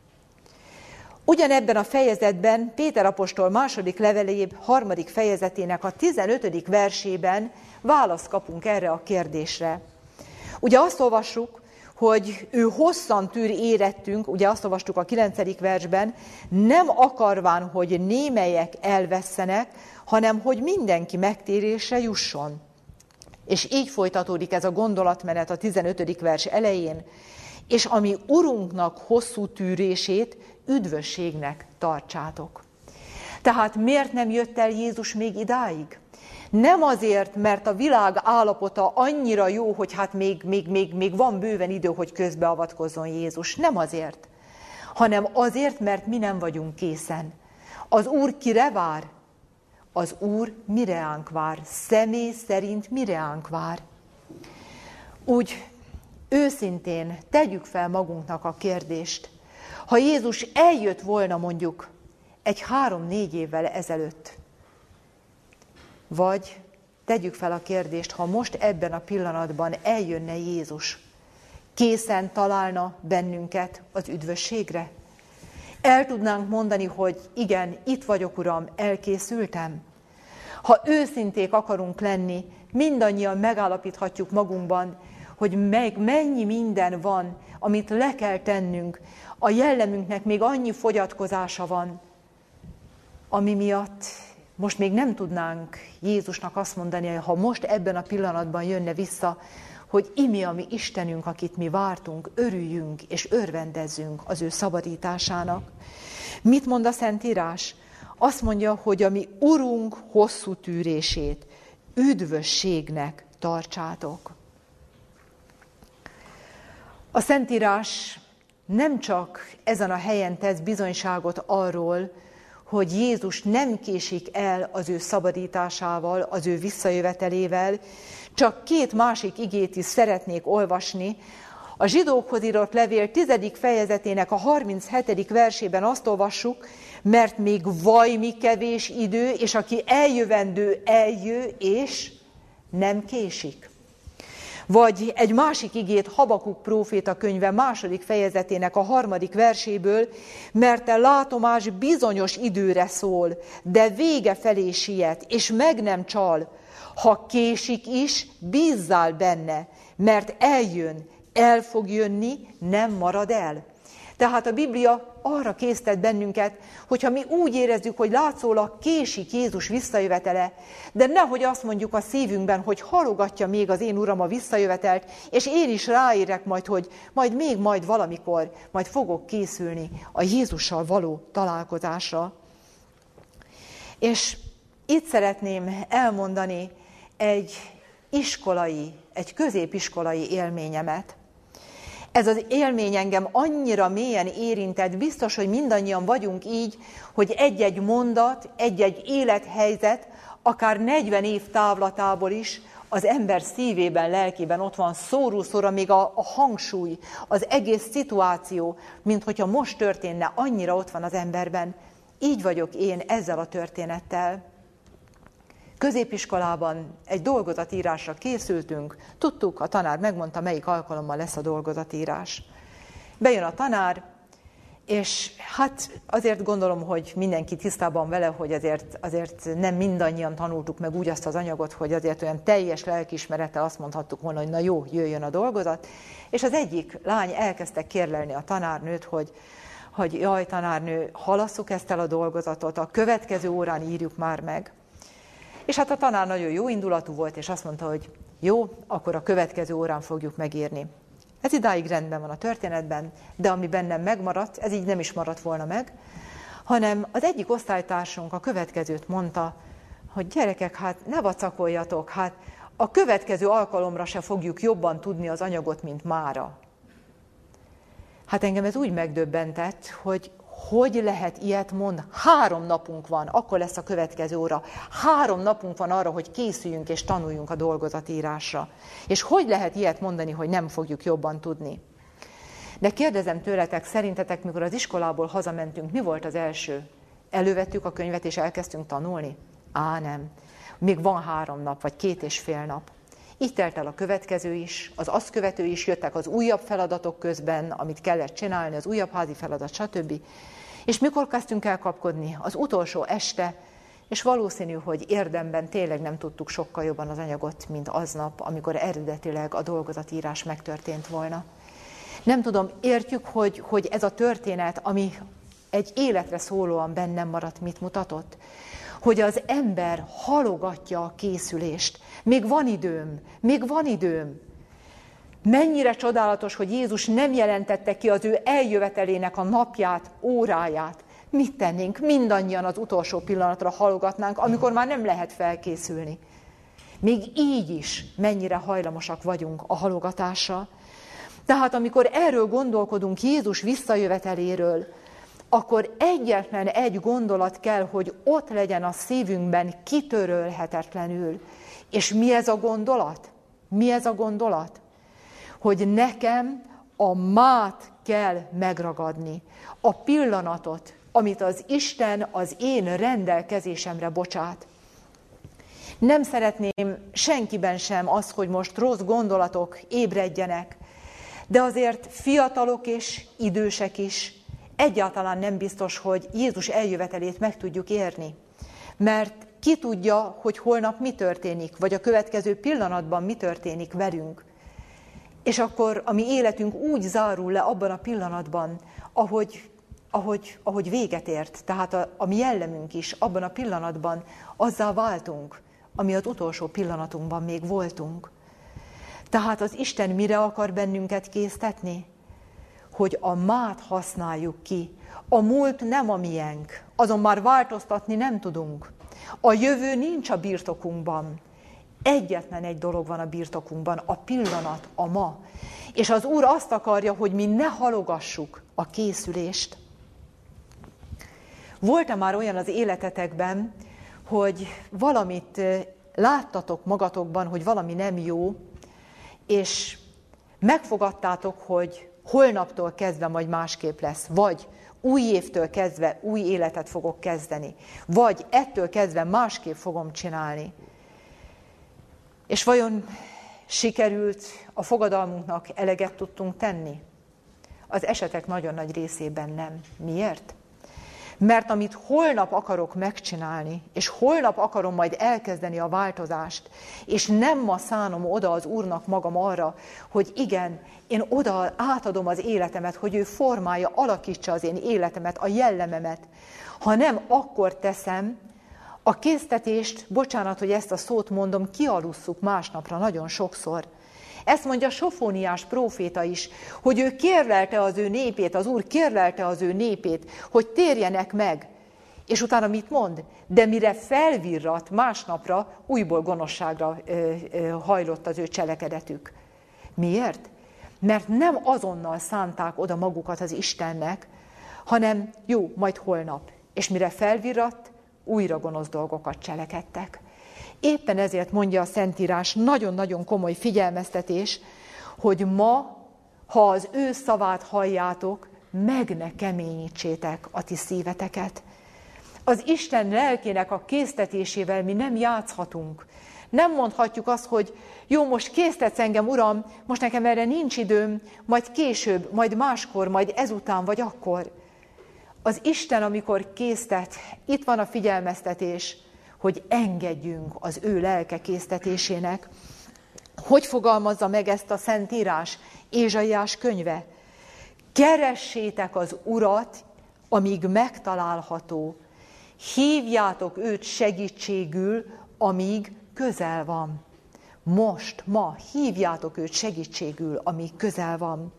Ugyanebben a fejezetben, Péter apostol második levelében, harmadik fejezetének a tizenötödik versében választ kapunk erre a kérdésre. Ugye azt olvassuk, hogy ő hosszan tűr érettünk, ugye azt olvastuk a kilencedik versben, nem akarván, hogy némelyek elvesszenek, hanem hogy mindenki megtérésre jusson. És így folytatódik ez a gondolatmenet a tizenötödik vers elején, és ami Urunknak hosszú tűrését üdvösségnek tartsátok. Tehát miért nem jött el Jézus még idáig? Nem azért, mert a világ állapota annyira jó, hogy hát még, még, még, még van bőven idő, hogy közbeavatkozzon Jézus. Nem azért, hanem azért, mert mi nem vagyunk készen. Az Úr kire vár? Az Úr mireánk vár? Személy szerint mireánk vár? Úgy őszintén tegyük fel magunknak a kérdést. Ha Jézus eljött volna mondjuk egy három-négy évvel ezelőtt, Vagy tegyük fel a kérdést, ha most ebben a pillanatban eljönne Jézus, készen találna bennünket az üdvösségre? El tudnánk mondani, hogy igen, itt vagyok, Uram, elkészültem? Ha őszinték akarunk lenni, mindannyian megállapíthatjuk magunkban, hogy meg mennyi minden van, amit le kell tennünk. A jellemünknek még annyi fogyatkozása van, ami miatt most még nem tudnánk Jézusnak azt mondani, hogy ha most ebben a pillanatban jönne vissza, hogy imi a mi Istenünk, akit mi vártunk, örüljünk és örvendezzünk az ő szabadításának. Mit mond a Szentírás? Azt mondja, hogy a mi Urunk hosszú tűrését üdvösségnek tartsátok. A Szentírás nem csak ezen a helyen tesz bizonyságot arról, hogy Jézus nem késik el az ő szabadításával, az ő visszajövetelével, csak két másik igét is szeretnék olvasni. A zsidókhoz írott levél tizedik fejezetének a harminchetedik versében azt olvassuk, mert még vajmi kevés idő, és aki eljövendő, eljő, és nem késik. Vagy egy másik igét Habakuk próféta könyve második fejezetének a harmadik verséből, mert a látomás bizonyos időre szól, de vége felé siet, és meg nem csal. Ha késik is, bízzál benne, mert eljön, el fog jönni, nem marad el. Tehát a Biblia arra késztet bennünket, hogyha mi úgy érezzük, hogy látszólag késik Jézus visszajövetele, de nehogy azt mondjuk a szívünkben, hogy halogatja még az én Uram a visszajövetelt, és én is ráérek majd, hogy majd még majd valamikor, majd fogok készülni a Jézussal való találkozásra. És itt szeretném elmondani egy iskolai, egy középiskolai élményemet. Ez az élmény engem annyira mélyen érintett, biztos, hogy mindannyian vagyunk így, hogy egy-egy mondat, egy-egy élethelyzet, akár negyven év távlatából is az ember szívében, lelkében ott van szóról-szóra, még a, a hangsúly, az egész szituáció, mint hogyha most történne, annyira ott van az emberben. Így vagyok én ezzel a történettel. Középiskolában egy dolgozatírásra készültünk, tudtuk, a tanár megmondta, melyik alkalommal lesz a dolgozatírás. Bejön a tanár, és hát azért gondolom, hogy mindenki tisztában vele, hogy azért, azért nem mindannyian tanultuk meg úgy azt az anyagot, hogy azért olyan teljes lelkiismerettel azt mondhattuk volna, hogy na jó, jöjjön a dolgozat. És az egyik lány elkezdte kérlelni a tanárnőt, hogy, hogy jaj, tanárnő, halasszuk ezt el a dolgozatot, a következő órán írjuk már meg. És hát a tanár nagyon jó indulatú volt, és azt mondta, hogy jó, akkor a következő órán fogjuk megírni. Ez idáig rendben van a történetben, de ami bennem megmaradt, ez így nem is maradt volna meg, hanem az egyik osztálytársunk a következőt mondta, hogy gyerekek, hát ne vacakoljatok, hát a következő alkalomra se fogjuk jobban tudni az anyagot, mint mára. Hát engem ez úgy megdöbbentett, hogy hogy lehet ilyet mondani? Három napunk van, akkor lesz a következő óra. Három napunk van arra, hogy készüljünk és tanuljunk a dolgozatírásra. És hogy lehet ilyet mondani, hogy nem fogjuk jobban tudni? De kérdezem tőletek, szerintetek, mikor az iskolából hazamentünk, mi volt az első? Elővettük a könyvet és elkezdtünk tanulni? Á, nem. Még van három nap, vagy két és fél nap. Így telt el a következő is, az azt követő is, jöttek az újabb feladatok közben, amit kellett csinálni, az újabb házi feladat, stb. És mikor kezdtünk el kapkodni? Az utolsó este, és valószínű, hogy érdemben tényleg nem tudtuk sokkal jobban az anyagot, mint aznap, amikor eredetileg a dolgozatírás megtörtént volna. Nem tudom, értjük, hogy, hogy ez a történet, ami egy életre szólóan bennem maradt, mit mutatott? Hogy az ember halogatja a készülést. Még van időm, még van időm. Mennyire csodálatos, hogy Jézus nem jelentette ki az ő eljövetelének a napját, óráját. Mit tennénk? Mindannyian az utolsó pillanatra halogatnánk, amikor már nem lehet felkészülni. Még így is mennyire hajlamosak vagyunk a halogatásra. Tehát amikor erről gondolkodunk, Jézus visszajöveteléről, akkor egyetlen egy gondolat kell, hogy ott legyen a szívünkben kitörölhetetlenül. És mi ez a gondolat? Mi ez a gondolat? Hogy nekem a mát kell megragadni, a pillanatot, amit az Isten az én rendelkezésemre bocsát. Nem szeretném senkiben sem az, hogy most rossz gondolatok ébredjenek, de azért fiatalok és idősek is egyáltalán nem biztos, hogy Jézus eljövetelét meg tudjuk érni. Mert ki tudja, hogy holnap mi történik, vagy a következő pillanatban mi történik velünk. És akkor a mi életünk úgy zárul le abban a pillanatban, ahogy, ahogy, ahogy véget ért. Tehát a, a mi jellemünk is abban a pillanatban azzá váltunk, ami az utolsó pillanatunkban még voltunk. Tehát az Isten mire akar bennünket késztetni? Hogy a mát használjuk ki. A múlt nem a miénk, azon már változtatni nem tudunk. A jövő nincs a birtokunkban. Egyetlen egy dolog van a birtokunkban, a pillanat, a ma. És az Úr azt akarja, hogy mi ne halogassuk a készülést. Volt-e már olyan az életetekben, hogy valamit láttatok magatokban, hogy valami nem jó, és megfogadtátok, hogy holnaptól kezdve majd másképp lesz, vagy új évtől kezdve új életet fogok kezdeni, vagy ettől kezdve másképp fogom csinálni. És vajon sikerült a fogadalmunknak eleget tudtunk tenni? Az esetek nagyon nagy részében nem. Miért? Mert amit holnap akarok megcsinálni, és holnap akarom majd elkezdeni a változást, és nem ma szánom oda az Úrnak magam arra, hogy igen, én oda átadom az életemet, hogy ő formálja, alakítsa az én életemet, a jellememet, ha nem akkor teszem, a késztetést, bocsánat, hogy ezt a szót mondom, kialusszuk másnapra nagyon sokszor. Ezt mondja Sofóniás próféta is, hogy ő kérlelte az ő népét, az Úr kérlelte az ő népét, hogy térjenek meg. És utána mit mond? De mire felvirrat másnapra, újból gonoszságra ö, ö, hajlott az ő cselekedetük. Miért? Mert nem azonnal szánták oda magukat az Istennek, hanem jó, majd holnap. És mire felvirrat, újra gonosz dolgokat cselekedtek. Éppen ezért mondja a Szentírás, nagyon-nagyon komoly figyelmeztetés, hogy ma, ha az ő szavát halljátok, meg ne keményítsétek a ti szíveteket. Az Isten lelkének a késztetésével mi nem játszhatunk. Nem mondhatjuk azt, hogy jó, most késztetsz engem, Uram, most nekem erre nincs időm, majd később, majd máskor, majd ezután, vagy akkor. Az Isten, amikor késztet, itt van a figyelmeztetés, hogy engedjünk az ő lelke késztetésének. Hogy fogalmazza meg ezt a Szentírás, Ézsaiás könyve? Keressétek az Urat, amíg megtalálható. Hívjátok őt segítségül, amíg közel van. Most, ma hívjátok őt segítségül, amíg közel van.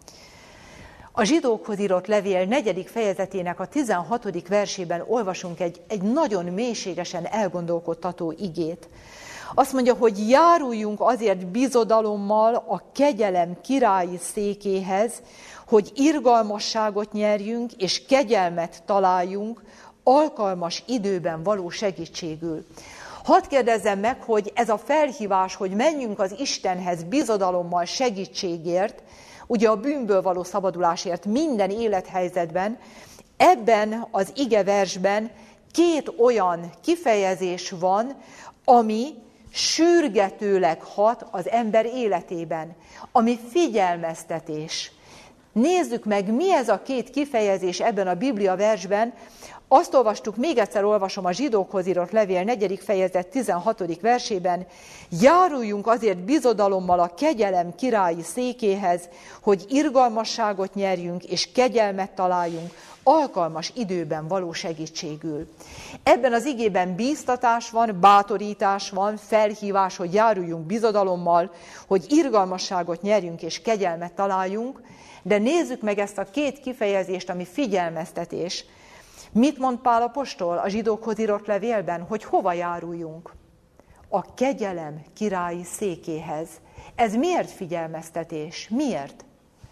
A zsidókhoz írott levél negyedik fejezetének a tizenhatodik versében olvasunk egy, egy nagyon mélységesen elgondolkodtató igét. Azt mondja, hogy járuljunk azért bizodalommal a kegyelem királyi székéhez, hogy irgalmasságot nyerjünk és kegyelmet találjunk alkalmas időben való segítségül. Hadd kérdezzem meg, hogy ez a felhívás, hogy menjünk az Istenhez bizodalommal segítségért, ugye a bűnből való szabadulásért minden élethelyzetben, ebben az igeversben két olyan kifejezés van, ami sürgetőleg hat az ember életében, ami figyelmeztetés. Nézzük meg, mi ez a két kifejezés ebben a Biblia versben. Azt olvastuk, még egyszer olvasom a zsidókhoz írott levél negyedik fejezet tizenhatodik versében, járuljunk azért bizodalommal a kegyelem királyi székéhez, hogy irgalmasságot nyerjünk és kegyelmet találjunk alkalmas időben való segítségül. Ebben az igében bíztatás van, bátorítás van, felhívás, hogy járuljunk bizodalommal, hogy irgalmasságot nyerjünk és kegyelmet találjunk, de nézzük meg ezt a két kifejezést, ami figyelmeztetés. Mit mond Pál apostol a zsidókhoz írott levélben, hogy hova járuljunk? A kegyelem királyi székéhez. Ez miért figyelmeztetés? Miért?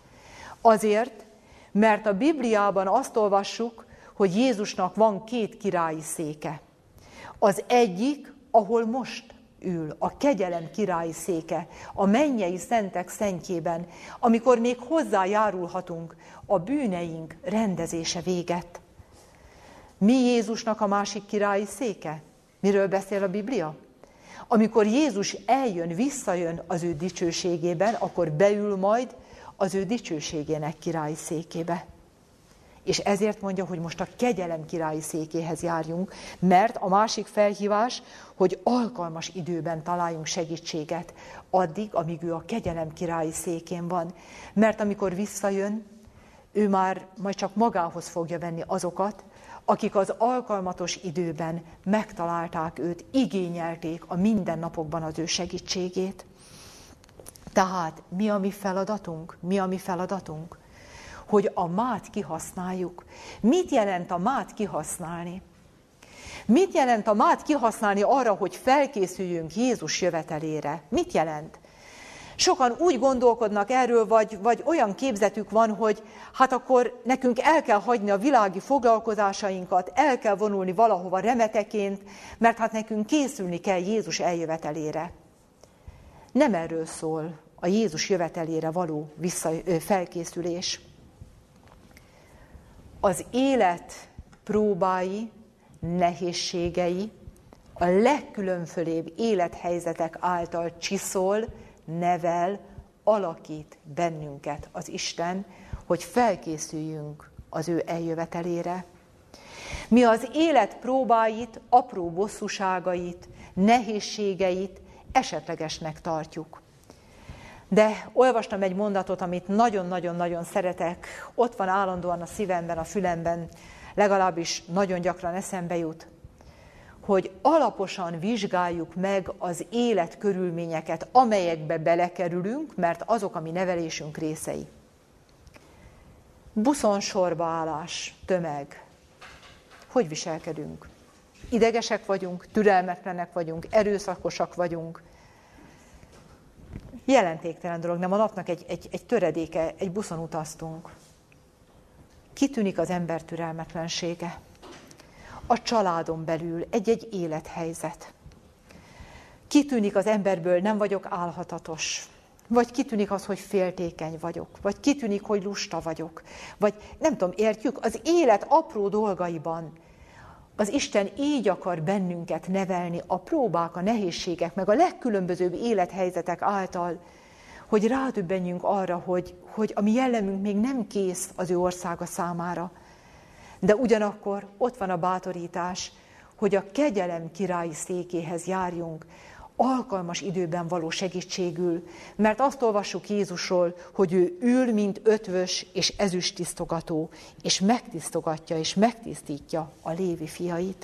Azért, mert a Bibliában azt olvassuk, hogy Jézusnak van két királyi széke. Az egyik, ahol most ül, a kegyelem királyi széke, a mennyei szentek szentjében, amikor még hozzájárulhatunk a bűneink rendezése véget. Mi Jézusnak a másik királyi széke? Miről beszél a Biblia? Amikor Jézus eljön, visszajön az ő dicsőségében, akkor beül majd az ő dicsőségének királyi székébe. És ezért mondja, hogy most a kegyelem királyi székéhez járjunk, mert a másik felhívás, hogy alkalmas időben találjunk segítséget, addig, amíg ő a kegyelem királyi székén van. Mert amikor visszajön, ő már majd csak magához fogja venni azokat, akik az alkalmatos időben megtalálták őt, igényelték a mindennapokban az ő segítségét. Tehát mi a mi feladatunk? Mi a mi feladatunk? Hogy a mát kihasználjuk. Mit jelent a mát kihasználni? Mit jelent a mát kihasználni arra, hogy felkészüljünk Jézus jövetelére? Mit jelent? Sokan úgy gondolkodnak erről, vagy, vagy olyan képzetük van, hogy hát akkor nekünk el kell hagyni a világi foglalkozásainkat, el kell vonulni valahova remeteként, mert hát nekünk készülni kell Jézus eljövetelére. Nem erről szól a Jézus jövetelére való vissza, felkészülés. Az élet próbái, nehézségei, a legkülönfölébb élethelyzetek által csiszol, nevel, alakít bennünket az Isten, hogy felkészüljünk az ő eljövetelére. Mi az élet próbáit, apró bosszúságait, nehézségeit esetlegesnek tartjuk. De olvastam egy mondatot, amit nagyon-nagyon-nagyon szeretek, ott van állandóan a szívemben, a fülemben, legalábbis nagyon gyakran eszembe jut, hogy alaposan vizsgáljuk meg az élet körülményeket, amelyekbe belekerülünk, mert azok a mi nevelésünk részei. Buszon sorbaállás, tömeg. Hogy viselkedünk? Idegesek vagyunk, türelmetlenek vagyunk, erőszakosak vagyunk. Jelentéktelen dolog, nem a napnak egy, egy, egy töredéke, egy buszon utaztunk. Kitűnik az ember türelmetlensége. A családon belül egy-egy élethelyzet. Kitűnik az emberből, nem vagyok álhatatos. Vagy kitűnik az, hogy féltékeny vagyok. Vagy kitűnik, hogy lusta vagyok. Vagy nem tudom, értjük, az élet apró dolgaiban az Isten így akar bennünket nevelni, a próbák, a nehézségek, meg a legkülönbözőbb élethelyzetek által, hogy rádöbbenjünk arra, hogy, hogy a mi jellemünk még nem kész az ő országa számára. De ugyanakkor ott van a bátorítás, hogy a kegyelem királyi székéhez járjunk, alkalmas időben való segítségül, mert azt olvassuk Jézusról, hogy ő ül, mint ötvös és ezüsttisztogató, és megtisztogatja és megtisztítja a Lévi fiait.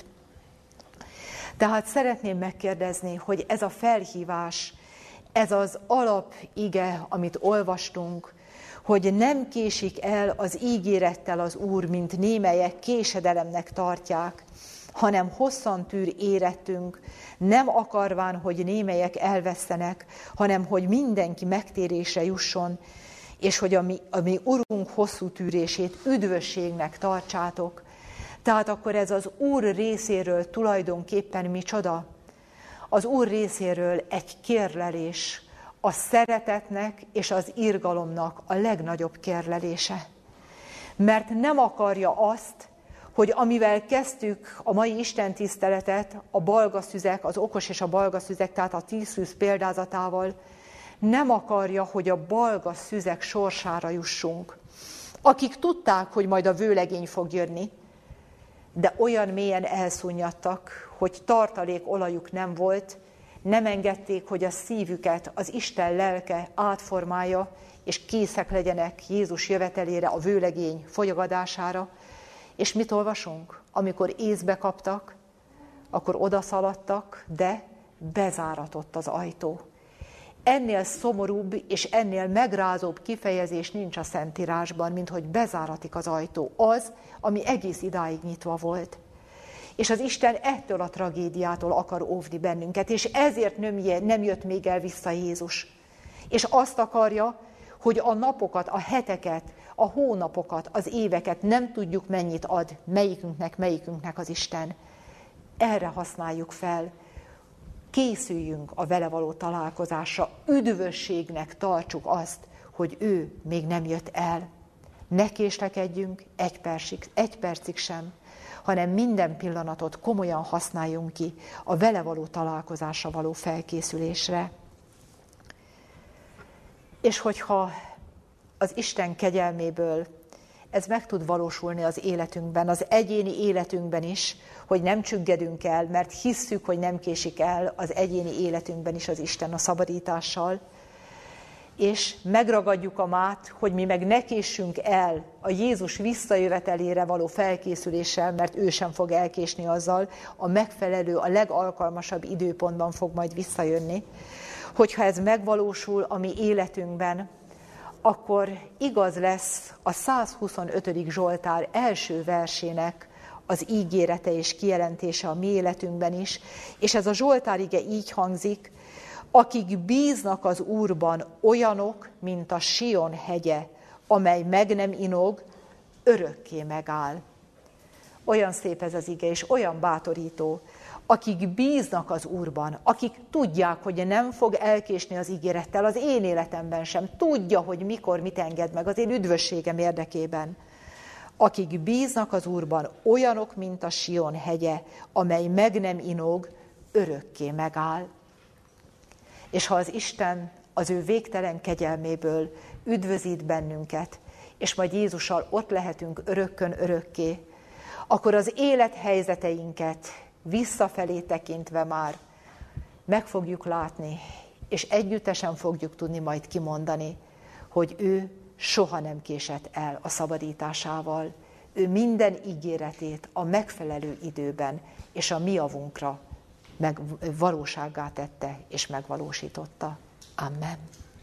Tehát szeretném megkérdezni, hogy ez a felhívás, ez az alapige, amit olvastunk, hogy nem késik el az ígérettel az Úr, mint némelyek késedelemnek tartják, hanem hosszan tűr érettünk, nem akarván, hogy némelyek elvesztenek, hanem hogy mindenki megtérésre jusson, és hogy a mi, a mi Urunk hosszú tűrését üdvösségnek tartsátok. Tehát akkor ez az Úr részéről tulajdonképpen micsoda? Az Úr részéről egy kérlelés, a szeretetnek és az irgalomnak a legnagyobb kérlelése. Mert nem akarja azt, hogy amivel kezdtük a mai istentiszteletet, a balgaszüzek, az okos és a balgaszüzek, tehát a tíz szűz példázatával, nem akarja, hogy a balgaszüzek sorsára jussunk. Akik tudták, hogy majd a vőlegény fog jönni, de olyan mélyen elszunnyadtak, hogy tartalék olajuk nem volt, nem engedték, hogy a szívüket az Isten lelke átformálja, és készek legyenek Jézus jövetelére, a vőlegény folyaгаdására. És mit olvasunk? Amikor észbe kaptak, akkor odaszaladtak, de bezáratott az ajtó. Ennél szomorúbb és ennél megrázóbb kifejezés nincs a Szentírásban, mint hogy bezáratik az ajtó. Az, ami egész idáig nyitva volt. És az Isten ettől a tragédiától akar óvni bennünket, és ezért nem jött még el vissza Jézus. És azt akarja, hogy a napokat, a heteket, a hónapokat, az éveket nem tudjuk mennyit ad melyikünknek, melyikünknek az Isten. Erre használjuk fel. Készüljünk a vele való találkozásra, üdvösségnek tartsuk azt, hogy ő még nem jött el. Ne késlekedjünk egy percig, egy percig sem, hanem minden pillanatot komolyan használjunk ki a vele való találkozásra való felkészülésre. És hogyha az Isten kegyelméből ez meg tud valósulni az életünkben, az egyéni életünkben is, hogy nem csüggedünk el, mert hisszük, hogy nem késik el az egyéni életünkben is az Isten a szabadítással, és megragadjuk a mát, hogy mi meg ne késsünk el a Jézus visszajövetelére való felkészüléssel, mert ő sem fog elkésni azzal, a megfelelő, a legalkalmasabb időpontban fog majd visszajönni. Hogyha ez megvalósul a mi életünkben, akkor igaz lesz a százhuszonötödik Zsoltár első versének az ígérete és kijelentése a mi életünkben is, és ez a Zsoltár ige így hangzik: akik bíznak az Úrban, olyanok, mint a Sion hegye, amely meg nem inog, örökké megáll. Olyan szép ez az ige, és olyan bátorító. Akik bíznak az Úrban, akik tudják, hogy nem fog elkésni az ígérettel, az én életemben sem, tudja, hogy mikor mit enged meg az én üdvösségem érdekében. Akik bíznak az Úrban, olyanok, mint a Sion hegye, amely meg nem inog, örökké megáll. És ha az Isten az ő végtelen kegyelméből üdvözít bennünket, és majd Jézussal ott lehetünk örökkön örökké, akkor az élethelyzeteinket visszafelé tekintve már meg fogjuk látni, és együttesen fogjuk tudni majd kimondani, hogy ő soha nem késett el a szabadításával. Ő minden ígéretét a megfelelő időben és a mi javunkra meg valósággá tette és megvalósította. Amen.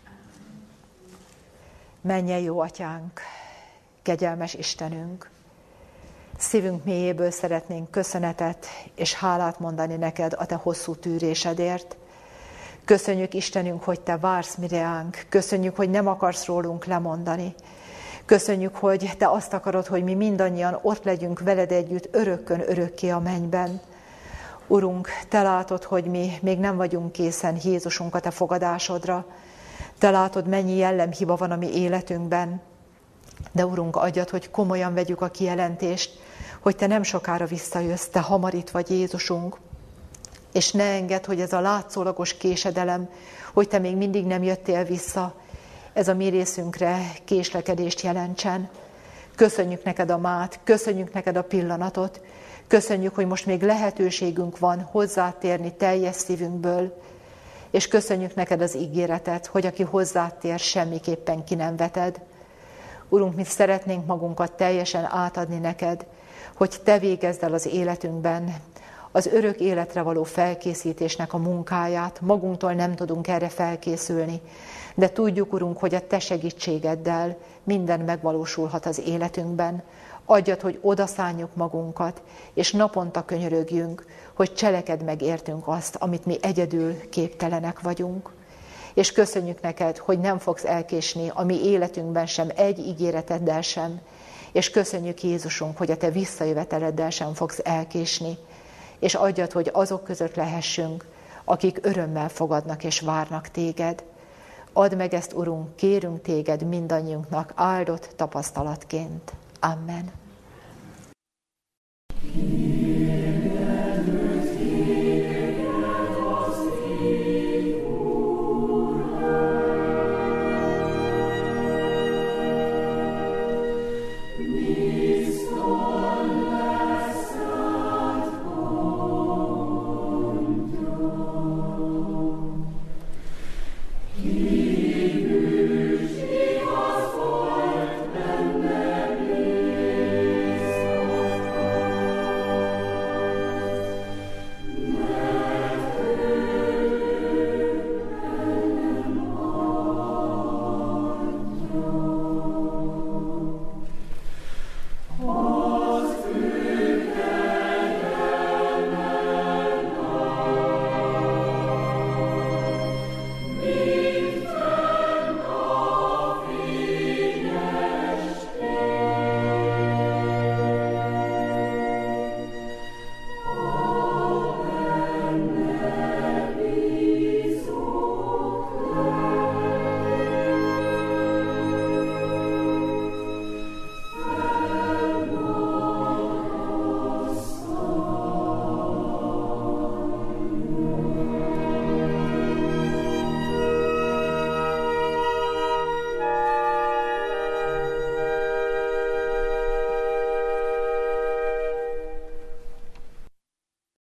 Mennyei jó Atyánk, kegyelmes Istenünk, szívünk mélyéből szeretnénk köszönetet és hálát mondani neked a te hosszú tűrésedért. Köszönjük, Istenünk, hogy te vársz mireánk. Köszönjük, hogy nem akarsz rólunk lemondani. Köszönjük, hogy te azt akarod, hogy mi mindannyian ott legyünk veled együtt örökkön örökké a mennyben. Urunk, te látod, hogy mi még nem vagyunk készen Jézusunk a te fogadásodra. Te látod, mennyi jellemhiba van a mi életünkben. De Urunk, adjad, hogy komolyan vegyük a kijelentést, hogy te nem sokára visszajössz, te hamar itt vagy, Jézusunk. És ne engedd, hogy ez a látszólagos késedelem, hogy te még mindig nem jöttél vissza, ez a mi részünkre késlekedést jelentsen. Köszönjük neked a mát, köszönjük neked a pillanatot, köszönjük, hogy most még lehetőségünk van hozzátérni teljes szívünkből, és köszönjük neked az ígéretet, hogy aki hozzátér, semmiképpen ki nem veted. Urunk, mi szeretnénk magunkat teljesen átadni neked, hogy te végezd el az életünkben az örök életre való felkészítésnek a munkáját. Magunktól nem tudunk erre felkészülni, de tudjuk, Urunk, hogy a te segítségeddel minden megvalósulhat az életünkben. Adjad, hogy odaszálljuk magunkat, és naponta könyörögjünk, hogy cselekedd meg értünk azt, amit mi egyedül képtelenek vagyunk. És köszönjük neked, hogy nem fogsz elkésni a mi életünkben sem, egy ígéreteddel sem. És köszönjük, Jézusunk, hogy a te visszajöveteleddel sem fogsz elkésni. És adjad, hogy azok között lehessünk, akik örömmel fogadnak és várnak téged. Add meg ezt, Urunk, kérünk téged mindannyiunknak áldott tapasztalatként. Amen.